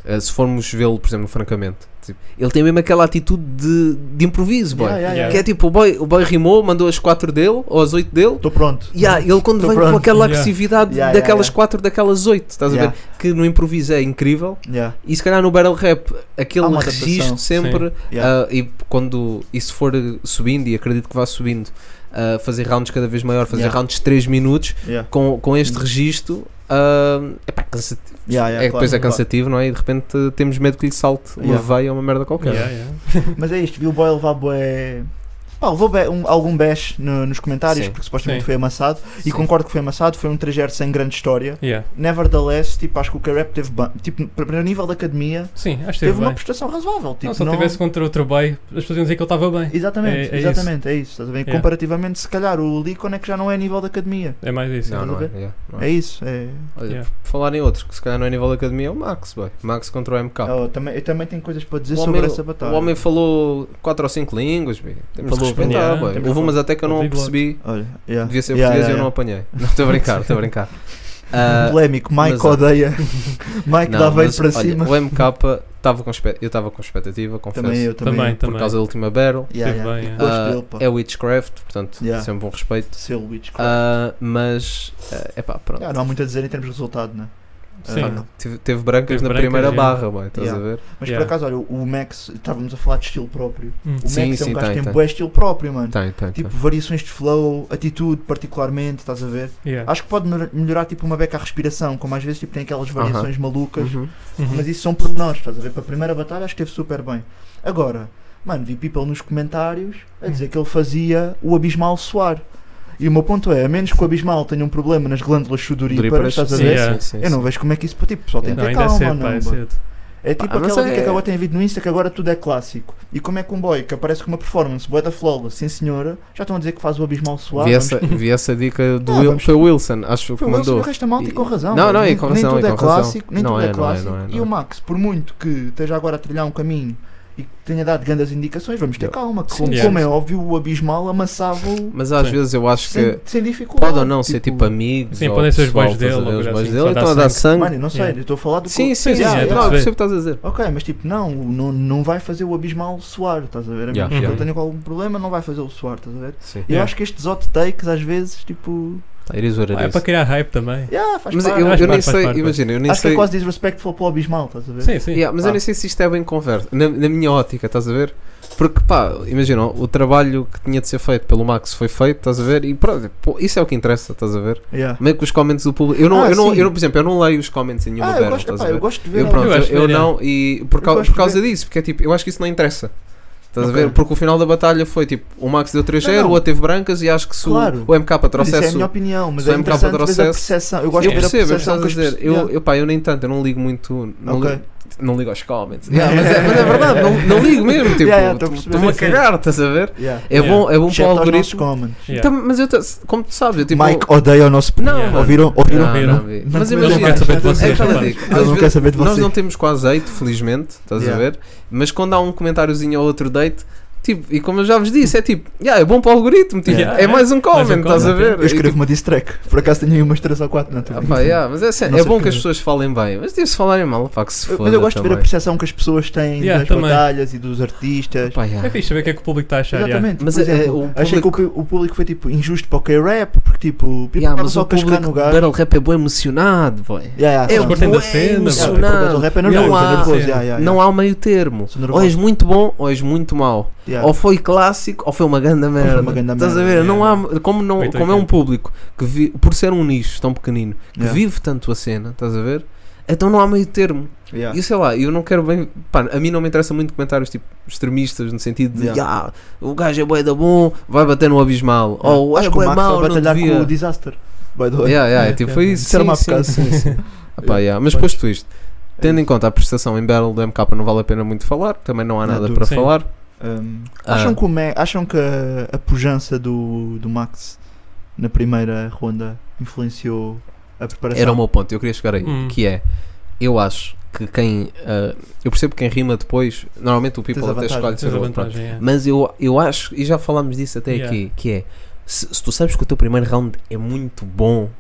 Uh, se formos vê-lo, por exemplo, francamente, tipo, ele tem mesmo aquela atitude de, de improviso, boy. Yeah, yeah, yeah. Que é tipo, o boy, o boy rimou, mandou as quatro dele, ou as oito dele. Estou pronto. Yeah, ele quando Tô vem pronto. com aquela Yeah. agressividade Yeah, daquelas yeah, quatro, daquelas oito, estás a Yeah. ver? Que no improviso é incrível. Yeah. E se calhar no battle rap, aquele Há uma adaptação. registro sempre, Yeah. uh, e quando isso for subindo, e acredito que vá subindo, uh, fazer rounds cada vez maior, fazer Yeah. rounds de três minutos, Yeah. com, com este registro, uh, epá, cansativo. Yeah, yeah, é, claro, depois é claro. cansativo, não é? E de repente temos medo que lhe salte uma Yeah. veia ou uma merda qualquer. Yeah, yeah. Mas é isto, vi o boy levar bué. Pá, levou be- um, algum bash no- nos comentários, Sim. porque supostamente Sim. foi amassado. E Sim. concordo que foi amassado, foi um trajeto sem grande história. Yeah. Nevertheless, tipo, acho que o K-Rap teve, ba- tipo, para o nível da academia, Sim, acho que teve teve uma bem. prestação razoável. Tipo, Não, se ele não- tivesse contra outro boy, as pessoas iam dizer que ele estava bem. Exatamente, É- é exatamente, é isso. Estás a ver? Yeah. Comparativamente, se calhar, o Lincoln é que já não é nível da academia. É mais isso. Não, Estás não a é, ver? yeah, não é. É isso. É... Olha, Yeah. por falar em outros, que se calhar não é nível da academia, é o Max, boy. Max contra o M K. Oh, também, eu também tenho coisas para dizer O sobre homem, essa batalha. o homem falou quatro ou cinco línguas, boy. Temos Falou, de respeitar, falou. boy. Yeah, Houve umas até que eu não Polyglot. percebi. Olha, yeah. Devia ser Yeah, português e yeah, eu não yeah. apanhei. Não, estou a brincar, estou a brincar. Ah, Polémico, Mike mas, odeia. Mike não, dá bem mas, para olha, cima. o M K estava com espe- eu estava com expectativa, confesso. Também eu, também. Também, eu. por também. causa da última battle. Yeah, Teve yeah. bem, E yeah. gosto Ah, dele, pá. é Witchcraft, portanto, Yeah. sempre um respeito. Selo Witchcraft. Ah, mas, é pá, pronto. Yeah, não há muito a dizer em termos de resultado, né? Sim. Ah, Teve, teve brancas Teve na brancas, primeira yeah. barra, boy, estás Yeah. a ver? mas Yeah. por acaso, olha, o Max, estávamos a falar de estilo próprio. Hum. O Sim, Max é um sim, gajo que tem, tem tem. bué estilo próprio, mano. Tem, tem, Tipo, tem. variações de flow, atitude particularmente, estás a ver? Yeah. Acho que pode melhor- melhorar tipo uma beca à respiração, como às vezes tipo, tem aquelas variações malucas, Uhum. Uhum. mas isso são pormenores, estás a ver? Para a primeira batalha acho que esteve super bem. Agora, mano, vi people nos comentários a dizer que ele fazia o Abismal suar. E o meu ponto é, a menos que o Abismal tenha um problema nas glândulas sudoríparas, Duríparas, estás a sim, ver? Yeah. sim, sim, Eu não sim. vejo como é que isso, tipo, o pessoal tem que Não, ter ainda é calma, cedo, não, pá, é mano. cedo. É tipo Pá, mas aquela é- dica que agora tem havido no Insta que agora tudo é clássico. E como é que um boy que aparece com uma performance boa da flawless, sim senhora, já estão a dizer que faz o Abismal suar. Vi vamos- essa, vi essa dica do Ah, Will, vamos- foi o Wilson, acho Foi que o Wilson, mandou. o resto é malta e com razão. Não, mano. não, e nem, com nem razão, tudo e é com razão. clássico, nem Não tudo é, é não é, clássico. não é, não E é. o Max, por muito que esteja agora a trilhar um caminho e que tenha dado grandes indicações, vamos ter Yeah. calma. que Sim, como, sim. como é óbvio, o Abismal amassava-o Mas às Sim. vezes eu acho que sem, sem dificuldade. pode ou não ser tipo amigos. Sim, ou podem ser os pessoal, boys dele, estás a ver, ou os coisa boys assim, dele, só dá estão a dar sangue. sangue. Mano, eu não sei, Yeah. eu estou a falar do Sim, co- sim, sim. Yeah, sim, yeah. Não, eu yeah. percebo o que estás a dizer. Ok, mas tipo, não, não, não vai fazer o Abismal suar, estás a ver? A menos Yeah, que yeah. ele tenha algum problema, não vai fazer o suar, estás a ver? Sim. Eu Yeah. acho que estes hot takes às vezes, tipo, Tá, it is what it Ah, é is. para criar hype também. yeah, faz Mas parte. eu, faz eu nem parte, faz sei, parte, imagina, eu nem Acho que sei. é quase disrespectful para o Abismal, estás a ver? Sim, sim. Yeah, mas Pá. eu nem sei se isto é bem conversa. Na, na minha ótica, estás a ver? Porque pá, imagina, o trabalho que tinha de ser feito pelo Max foi feito, estás a ver? E pronto, pô, isso é o que interessa, estás a ver? Yeah. Meio que os comments do público. Eu não, Ah, eu não, sim. eu não, por exemplo, eu não leio os comments em nenhuma Ah, eu battle, gosto, estás epá, a ver? eu gosto de ver. Eu, pronto, Eu eu, acho que eu ver, não, e por, Eu cau- gosto por de causa ver. disso, porque é tipo, eu acho que isso não interessa. Estás a Ok. ver? Porque o final da batalha foi tipo, o Max deu três Não, zero, não. o outro teve brancas e acho que se o- Claro. o M K Mas isso é a trouxesse. minha opinião, mas se é o M K interessante ver a trouxesse- percepção. Eu gosto Eu de ver a percebo, eu percepção estás a que as dizer, pessoas- eu, eu, pá, eu nem tanto, eu não ligo muito. Não, Ok. ligo, não ligo aos comments. Yeah, mas, é, mas é verdade, não, não ligo mesmo. Tipo, Yeah, yeah, tô a perceber. estou-me a Sim, sim. cagar, estás a ver? Yeah. É Yeah. bom, é bom para Exceto o aos nossos algoritmo. comments. Yeah. Então, mas eu, te- como tu sabes, eu tipo. Mike odeia o nosso Não, Yeah. ouviram? Ouviram? Não, Ouviram? não vi. Mas Não, Ele não imagina, quer saber de Vocês, é aquela rapaz. dica. Ele Às não vezes- quer saber de Nós vocês. não temos quase hate, felizmente, estás a Yeah. ver? Mas quando há um comentáriozinho ou outro date, tipo, e como eu já vos disse, é tipo, yeah, é bom para o algoritmo, tipo, Yeah. é mais um comment, Mais um estás a comment, ver? Eu escrevo uma diss track. Por acaso tenho aí umas três ou quatro. Não, E, tô tipo, ah, brincando. pá, yeah, mas é, sério, Não é sei bom porque- que as pessoas falem bem, mas tipo, se falarem mal, pá, que se Eu- foda Mas eu gosto de ver a também. percepção que as pessoas têm Yeah, das também. batalhas e dos artistas. Pá, yeah. É fixe saber o que é que o público está a achar. yeah. Exatamente. Mas Por é- é, exemplo, o achei que o, pu- o público foi tipo injusto para o K-Rap, porque tipo, o people Yeah, estava mas só o a cascar público no de gajo. Battle Rap é bem emocionado, boy. Yeah, yeah, É são- o curtem da bué cena, Yeah, porque o emocionado. Battle Rap é Não nervoso, há- é nervoso, sim. yeah, yeah, Não yeah. há um meio termo. Sou nervoso. Ou és muito bom ou és muito mau. Yeah. Ou foi clássico ou foi uma grande merda. uma grande Estás a merda, ver? yeah. Não há, como, não, oito como é um oitenta. público que vi, por ser um nicho tão pequenino que Yeah. vive tanto a cena, estás a ver? Então não há meio termo. Yeah. E eu sei lá, eu não quero bem. Pá, a mim não me interessa muito comentários tipo extremistas, no sentido de Yeah. "Ya, o gajo é bué da bom, vai bater no abismal. Yeah. Ou Acho é que o bué Max mau, vai não batalhar devia. com o Disaster. By the way. Yeah, yeah, Yeah, tipo, yeah, foi yeah. isso. Isso era sim, uma sim, bocado. sim, sim. Ah, pá, yeah. Mas Pois. posto isto, tendo em conta a prestação em Battle do M K, não vale a pena muito falar, também não há Não, nada tu- para sim. falar. Um, Ah. acham, que o Ma- acham que a, a pujança do, do Max na primeira ronda influenciou a preparação? Era o meu ponto, eu queria chegar aí, Hum. que é, eu acho que quem, ah, eu percebo que quem rima depois, normalmente o people Tens a até vantagem, escolhe Tens ser a outro, pronto. vantagem. yeah. Mas eu, eu acho, e já falámos disso até Yeah. aqui, que é, se, se tu sabes que o teu primeiro round é muito bom,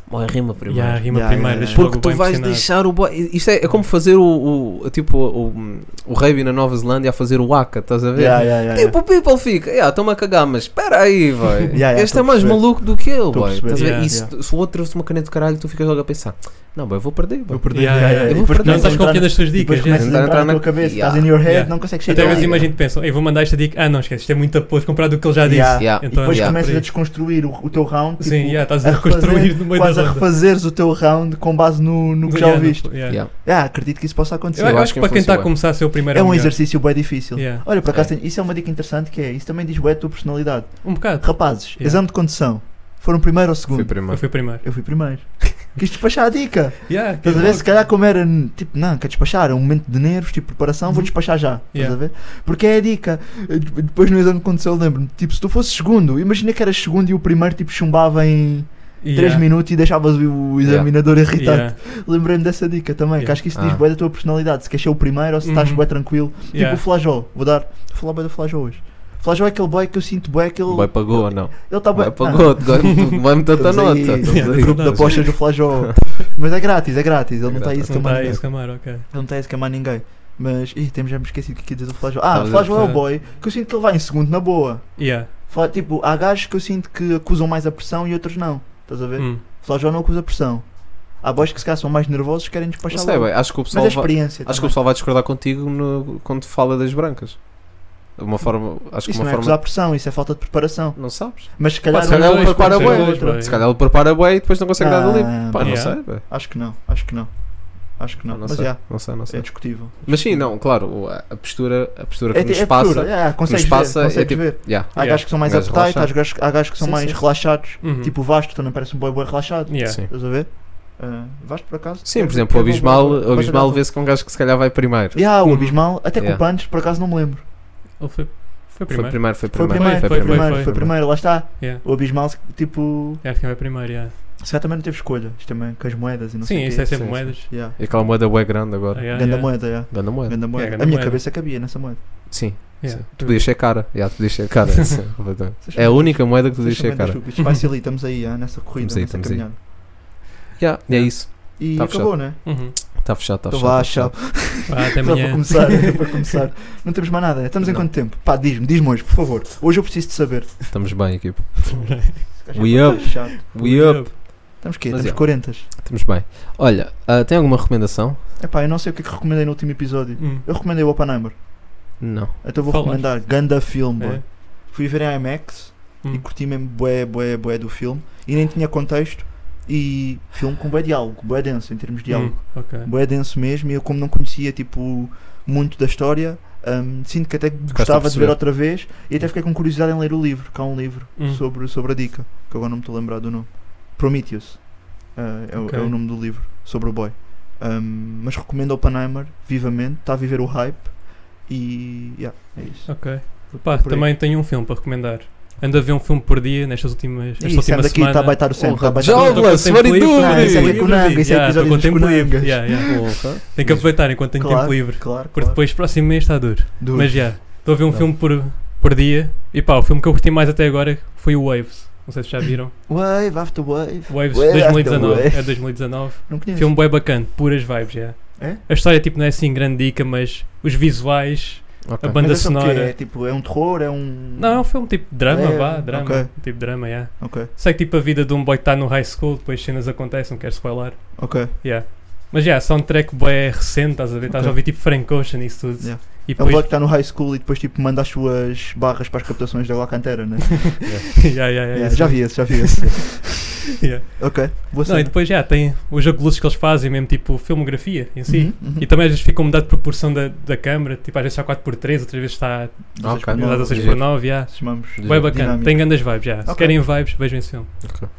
Boy, rima primeiro. Yeah, rima Yeah, primeiro, yeah, deixa yeah. logo Porque tu bem vais pressionado. deixar o boy. Isto é, é como fazer o, o tipo o, o, o Raby na Nova Zelândia a fazer o Waka, estás a ver? Yeah, yeah, yeah, Tipo, o people fica, yeah, estou-me a cagar, mas espera aí, vai. Yeah, yeah, este tô é a mais perceber. maluco do que ele, Tô a boy. perceber. Estás a ver? Yeah, E se, yeah. se o outro trouxe uma caneta do caralho, tu ficas logo a pensar, não, boy, eu vou perder, boy. Eu perdi. Yeah, yeah, yeah, yeah. eu E vou depois perder. Não começas a estás entrar- confiante nas tuas depois dicas. começas yeah. a entrar na Entrar tua na- cabeça, Yeah. estás in your head, Yeah. não consegues sair Até às vezes dali. imagino, pensam, eu vou mandar esta dica. Ah, não, esquece, isto é muito aposto comparado do que ele já disse. Yeah. Yeah. E Então, depois yeah. começas por a aí. desconstruir o, o teu round, tipo, Sim, yeah, estás a refazer- reconstruir no meio quase da a ronda. refazeres o teu round com base no, no que já Yeah, ouviste. no- yeah. Yeah. Yeah, acredito que isso possa acontecer. Eu, Eu acho acho que que para quem está a influencia começar a ser o primeiro É um melhor. exercício bem difícil. Yeah. Olha, por acaso, É. tem- isso é uma dica interessante que é, isso também diz bem a tua personalidade. Um bocado. Rapazes, Yeah. exame de condução. Foram primeiro ou segundo? Fui Eu primeiro. fui primeiro. Eu fui primeiro. Quis despachar a dica. Yeah, Estás a ver? Se calhar como era, tipo, não, quer despachar, é um momento de nervos, tipo, preparação, vou despachar já. Estás Yeah. a ver? Porque é a dica. Eh, Depois no exame de condução, lembro-me, tipo, se tu fosses segundo, imagina que eras segundo e o primeiro, tipo, chumbava em Yeah. três minutos e deixavas o examinador irritado. Yeah. Lembrei-me dessa dica também, que Yeah. acho que isso Ah. diz bem da tua personalidade, se queres ser o primeiro ou se estás Uhum. bem tranquilo. Yeah. Tipo o Flajó, vou dar, vou falar bem do Flajó hoje. O Flajó é aquele boy que eu sinto bem, aquele... O boy pagou ou não? Ele está bem... O boy pagou, vai-me tanta Estamos nota. aí, estamos no aí. grupo de apostas do Flajó. Mas é grátis, é grátis, ele não está aí a Não escamar está aí ninguém. a escamar, ok. Ele não está a escamar ninguém. Mas, ih, temos já me esquecido o que aqui dizer do Flajó. Ah, Tá, o Flajó é o tá. boy que eu sinto que ele vai em segundo na boa. Yeah. Fla- Tipo, há gajos que eu sinto que acusam mais a pressão e outros não. Estás a ver? Hum. O Flajó não acusa pressão. Há boys que se calhar são mais nervosos, querem Não despachar sei, logo. bem, acho que o Mas pessoal é vai, experiência acho que o também. pessoal vai discordar contigo no- quando fala das brancas. De uma forma, acho que Isso uma não é forma. acusar pressão, isso é falta de preparação. Não sabes? Mas se calhar, Pá, se calhar não- ele prepara pode ser bué. dois, bem. Se calhar ele prepara bem e depois não consegue dar Não, dali. Pá, não yeah. sei, bem. Acho que não, acho que não. Acho que não. Não Mas sei, já, não sei, não é sei. discutível. Mas sim, não, claro, o- a a postura, a postura que É, nos é passa, postura, é, que consegues nos passa ver, é consegues tipo, ver. yeah. Há Yeah. gajos que são mais Um gajo uptight, há relaxado. gajos, há gajos que são Sim, mais sim, sim. relaxados. Uhum. Tipo o Vasto também parece um boi boi relaxado. Yeah. Sim. Estás a ver? Uh, Vasto por acaso? Sim, quer por dizer, exemplo, o quer ver Abismal, boi- boi- o Abismal boi- vê-se com um gajo que se calhar vai primeiro. Yeah, o Uhum. Abismal, até com o Yeah. Punch, por acaso não me lembro. Ele foi, foi Foi primeiro. primeiro, foi Foi primeiro. primeiro, Foi, foi foi, primeiro, foi. foi primeiro, lá está. Yeah. O Abismal, tipo, Acho que vai primeiro, yeah. se calhar também não teve escolha. Isto também, com as moedas e não Sim, sei o isso quê. é sempre sim, moedas. Yeah. E aquela moeda bué grande agora. Ah, yeah, Ganda yeah. moeda, yeah. Ganda moeda. Ganda moeda. ganda A minha moeda. cabeça cabia nessa moeda. Sim, Yeah. sim. Tu podias ser cara. Yeah, tu podias ser cara. sim, completamente. É a única moeda que tu podias Vocês ser também cara. das Isto vai ser ali, estamos aí, ah, nessa corrida, Estamos aí, nessa estamos aí. caminhada. Yeah, e é isso. E Tá acabou, né? Uhum. Está fechado, está Então fechado. vá, tá tchau. fechado. Ah, até Só para amanhã. começar, só para começar. Não temos mais nada. Estamos em Não. quanto tempo? Pá, diz-me, diz-me hoje, por favor. Hoje eu preciso de saber. Estamos bem, equipe. Gajo We é up. chato. We up. Estamos quê? Mas Estamos é. quarenta. Estamos bem. Olha, ah, tem alguma recomendação? Epá, eu não sei o que é que recomendei no último episódio. Hum. Eu recomendei o Oppenheimer. Não. Então vou Falaste. recomendar. Ganda filme, boy. É. Fui ver em IMAX e Hum. curti mesmo bué, bué, bué do filme. E nem tinha contexto. E filme com bué diálogo, bué denso em termos de diálogo. Hum, ok. Bué denso mesmo. E eu, como não conhecia tipo muito da história, hum, sinto que até gostava de perceber. ver outra vez. E até fiquei com curiosidade em ler o livro. Que há um livro Hum. sobre, sobre a dica. Que agora não me estou a lembrar do nome. Prometheus. Uh, é, o- Ok. é o nome do livro sobre o boy. Um, mas recomendo Oppenheimer vivamente. Está a viver o hype. E yeah, é isso. Ok. Vou Pá, por aí. também tenho um filme para recomendar. Ando a ver um filme por dia nestas últimas esta Ih, Sam última daqui semana. está a baitar o Sam. Está a baitar Porra, o Estou com Jobless, tempo what livre, you estou doing? com Isso é que é tempo Kunanga, livre. isso é Yeah, estou episódio com dos tempo livre. Kunangas. Yeah, yeah. Porra. Tenho que aproveitar enquanto tenho Claro, tempo livre. Claro, Porque claro. depois, próximo mês está duro. Duro. Mas já, estou a ver um Não. filme por, por dia. E pá, o filme que eu curti mais até agora foi o Waves. Não sei se já viram. Wave after wave. Waves Wave dois mil e after dezanove. wave. É dois mil e dezanove. Não conheço. Filme bem bacana, puras vibes, já. É? A história tipo, não é assim grande dica, mas os visuais, Ok. a banda Mas é sobre o quê? sonora. É tipo, é um terror, é um... Não, é um filme tipo drama, Leve, vá, drama. ok. Tipo drama, yeah. Ok, Sei que tipo a vida de um boy que está no high school, depois cenas acontecem, não quero spoiler. ok. Yeah. Mas já, yeah, soundtrack bem recente, estás a ver? Estás Ok. a ouvir tipo Frank Ocean e isso tudo. Yeah. E É um depois. boy que está no high school e depois tipo manda as suas barras para as captações da La Cantera, né? yeah, yeah, yeah, Yeah, isso. já vi esse, já vi esse. Yeah. Ok, boa Não, e cena. depois já tem o jogo de luzes que eles fazem, mesmo tipo filmografia em si. Uhum, uhum. E também às vezes fica mudado de proporção da, da câmera, tipo às vezes está quatro por três, outras vezes está Dezesseis Ok. por nove, mudado seis giro. por nove, yeah. esses mamos. Giro. Bem bacana, Dinâmico. tem grandes vibes já. Se Ok. querem vibes, vejam esse filme.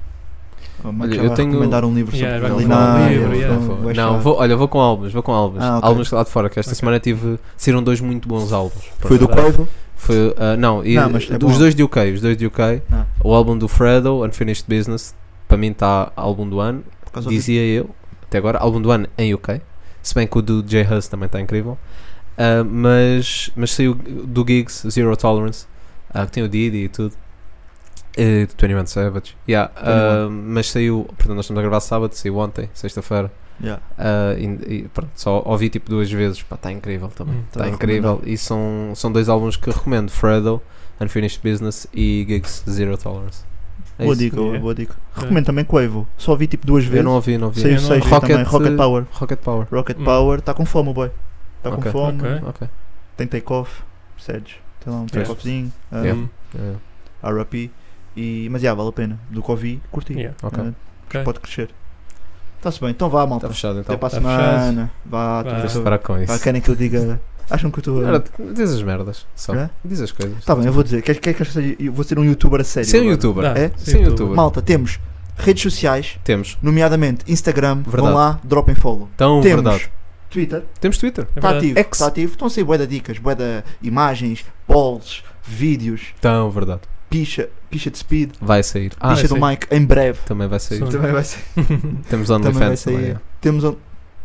Oh, mano, Olha, já eu vai tenho- recomendar um livro Yeah, sobre vai ali recomendar um na- livro, vou- yeah. vou Não, achar. vou, olha, vou com álbuns, vou com álbuns. Ah, ok. Álbuns lá de fora, que esta Ok. semana tive, saíram dois muito bons álbuns. Foi do Verdade. Quavo? Foi, ah, não, e, Não, mas é os bom. dois de U K, os dois de U K. Ah. O álbum do Fredo, Unfinished Business, para mim está álbum do ano, Por causa dizia eu, até agora, álbum do ano em U K. Se bem que o do J Hus também está incrível. Ah, mas, mas saiu do Gigs, Zero Tolerance, ah, que tem o Didi e tudo. Eh, de vinte e um Savage. Yeah, vinte e um. uh, mas saiu, portanto, nós estamos a gravar sábado, saiu ontem, sexta-feira. Yeah. Uh, e, e pronto, só ouvi tipo duas vezes. Está incrível também. Hum, Está tá incrível. E são, são dois álbuns que recomendo: Fredo, Unfinished Business e Gigs Zero Tolerance. É Boa isso. dica, Yeah. boa dica. Recomendo também Quavo. Só ouvi tipo duas Eu vezes. não ouvi, não ouvi. Saiu Eu não sexta ouvi. também. Rocket, Rocket Power. Rocket Power. Rocket Hum. Power. Está com fome o boy. Está com Ok. fome. Ok. Ok. Tem take-off. Sedge. Tem lá um Yeah. take-offzinho. um, Yeah. Hum, Yeah. R P. E, mas já, vale a pena. Do que ouvi, curti. yeah. Ok. Uh, Ok. Pode crescer. Está-se bem. Então vá, malta. Está fechado então. Até para a Tá fechado. semana. Vá. Vá. tudo Deixa de bem. parar com isso. Vá, querem que eu diga... Acham que eu estou... Ora, diz as merdas. Só. É? Diz as coisas. Tá bem, eu vou dizer. Quer, quer que eu seja... Eu vou ser um youtuber a sério. Sem agora. youtuber. Dá, É? Sem youtuber. Malta, temos redes sociais, Temos. nomeadamente Instagram. Verdade. Vão lá, dropem follow. Então, Temos verdade. Twitter. Temos Twitter. É Está verdade. ativo. X. Está ativo. Estão a sair bué de dicas, bué de imagens, polls, vídeos, Então, verdade. picha, picha de speed, Vai sair. Ah, picha vai do sair. Mike em breve. também vai sair. Sim. Também vai sair. Temos Também vai OnlyFans sair. também. é. Temos, on-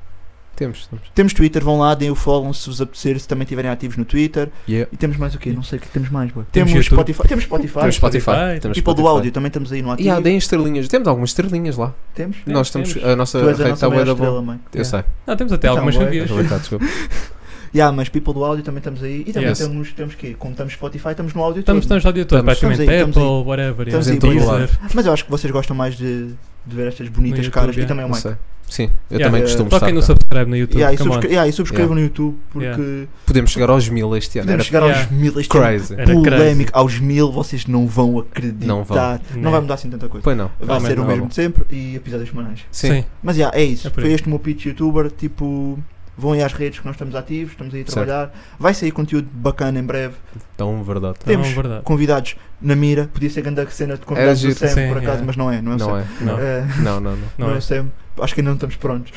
Temos, temos. temos Twitter, vão lá, deem o follow se vos apetecer, se também estiverem ativos no Twitter. Yeah. E temos mais o quê? Não sei o que temos mais, boy. Temos Temos YouTube. Spotify. Temos Spotify. Temos Spotify. Spotify. Temos People do Spotify. áudio, também estamos aí no ativo. E há, deem estrelinhas. Temos algumas estrelinhas lá. Temos? É, Nós estamos. temos. A nossa Tu és a rede nossa está bué maior da estrela, boa. mãe. Eu sei. Não, temos até Então, algumas vai. sabias. Aproveitar, desculpa. Yeah, mas People do áudio também estamos aí. E também Yes. temos, temos que, como estamos no Spotify, estamos no áudio Estamos, todo. estamos no audio todo, Estamos- praticamente estamos aí, Apple, estamos whatever. Estamos yeah. aí, em todo Deezer. lado. Mas eu acho que vocês gostam mais de, de ver estas bonitas No YouTube, caras. yeah. E também o Não Mike. sei. Sim, eu Yeah, também eh, costumo Toquem no estar. cá. subscribe no YouTube, Yeah, e, come on. subscre- yeah, e subscrevam Yeah. no YouTube porque Yeah. Podemos chegar aos mil este ano. podemos Era chegar Yeah. aos mil. Este ano crazy. Era polémico. crazy. Aos mil vocês não vão acreditar. Não vão. Não Não. vai mudar assim tanta coisa. Pois não. Vai Realmente ser o não. mesmo de sempre e episódios semanais. Sim. Sim. Mas yeah, é isso. É por Foi aí. este o meu pitch youtuber. Tipo, vão aí às redes que nós estamos ativos, estamos aí a Certo. trabalhar. Vai sair conteúdo bacana em breve. Então, verdade. Não, Temos verdade. convidados na mira. Podia ser grande cena de convidados do giro. Sam, Sim, por acaso, yeah. mas não é. Não é o Não Sam. é. Não. É, Não, não, não. não Não é é. o Sam. Acho que ainda não estamos prontos.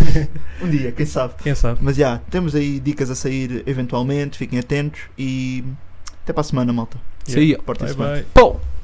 Um dia, quem sabe. Quem sabe? Mas já, temos aí dicas a sair eventualmente. Fiquem atentos e até para a semana, malta. See ya. Partem-se Bye bem. bye. Pô!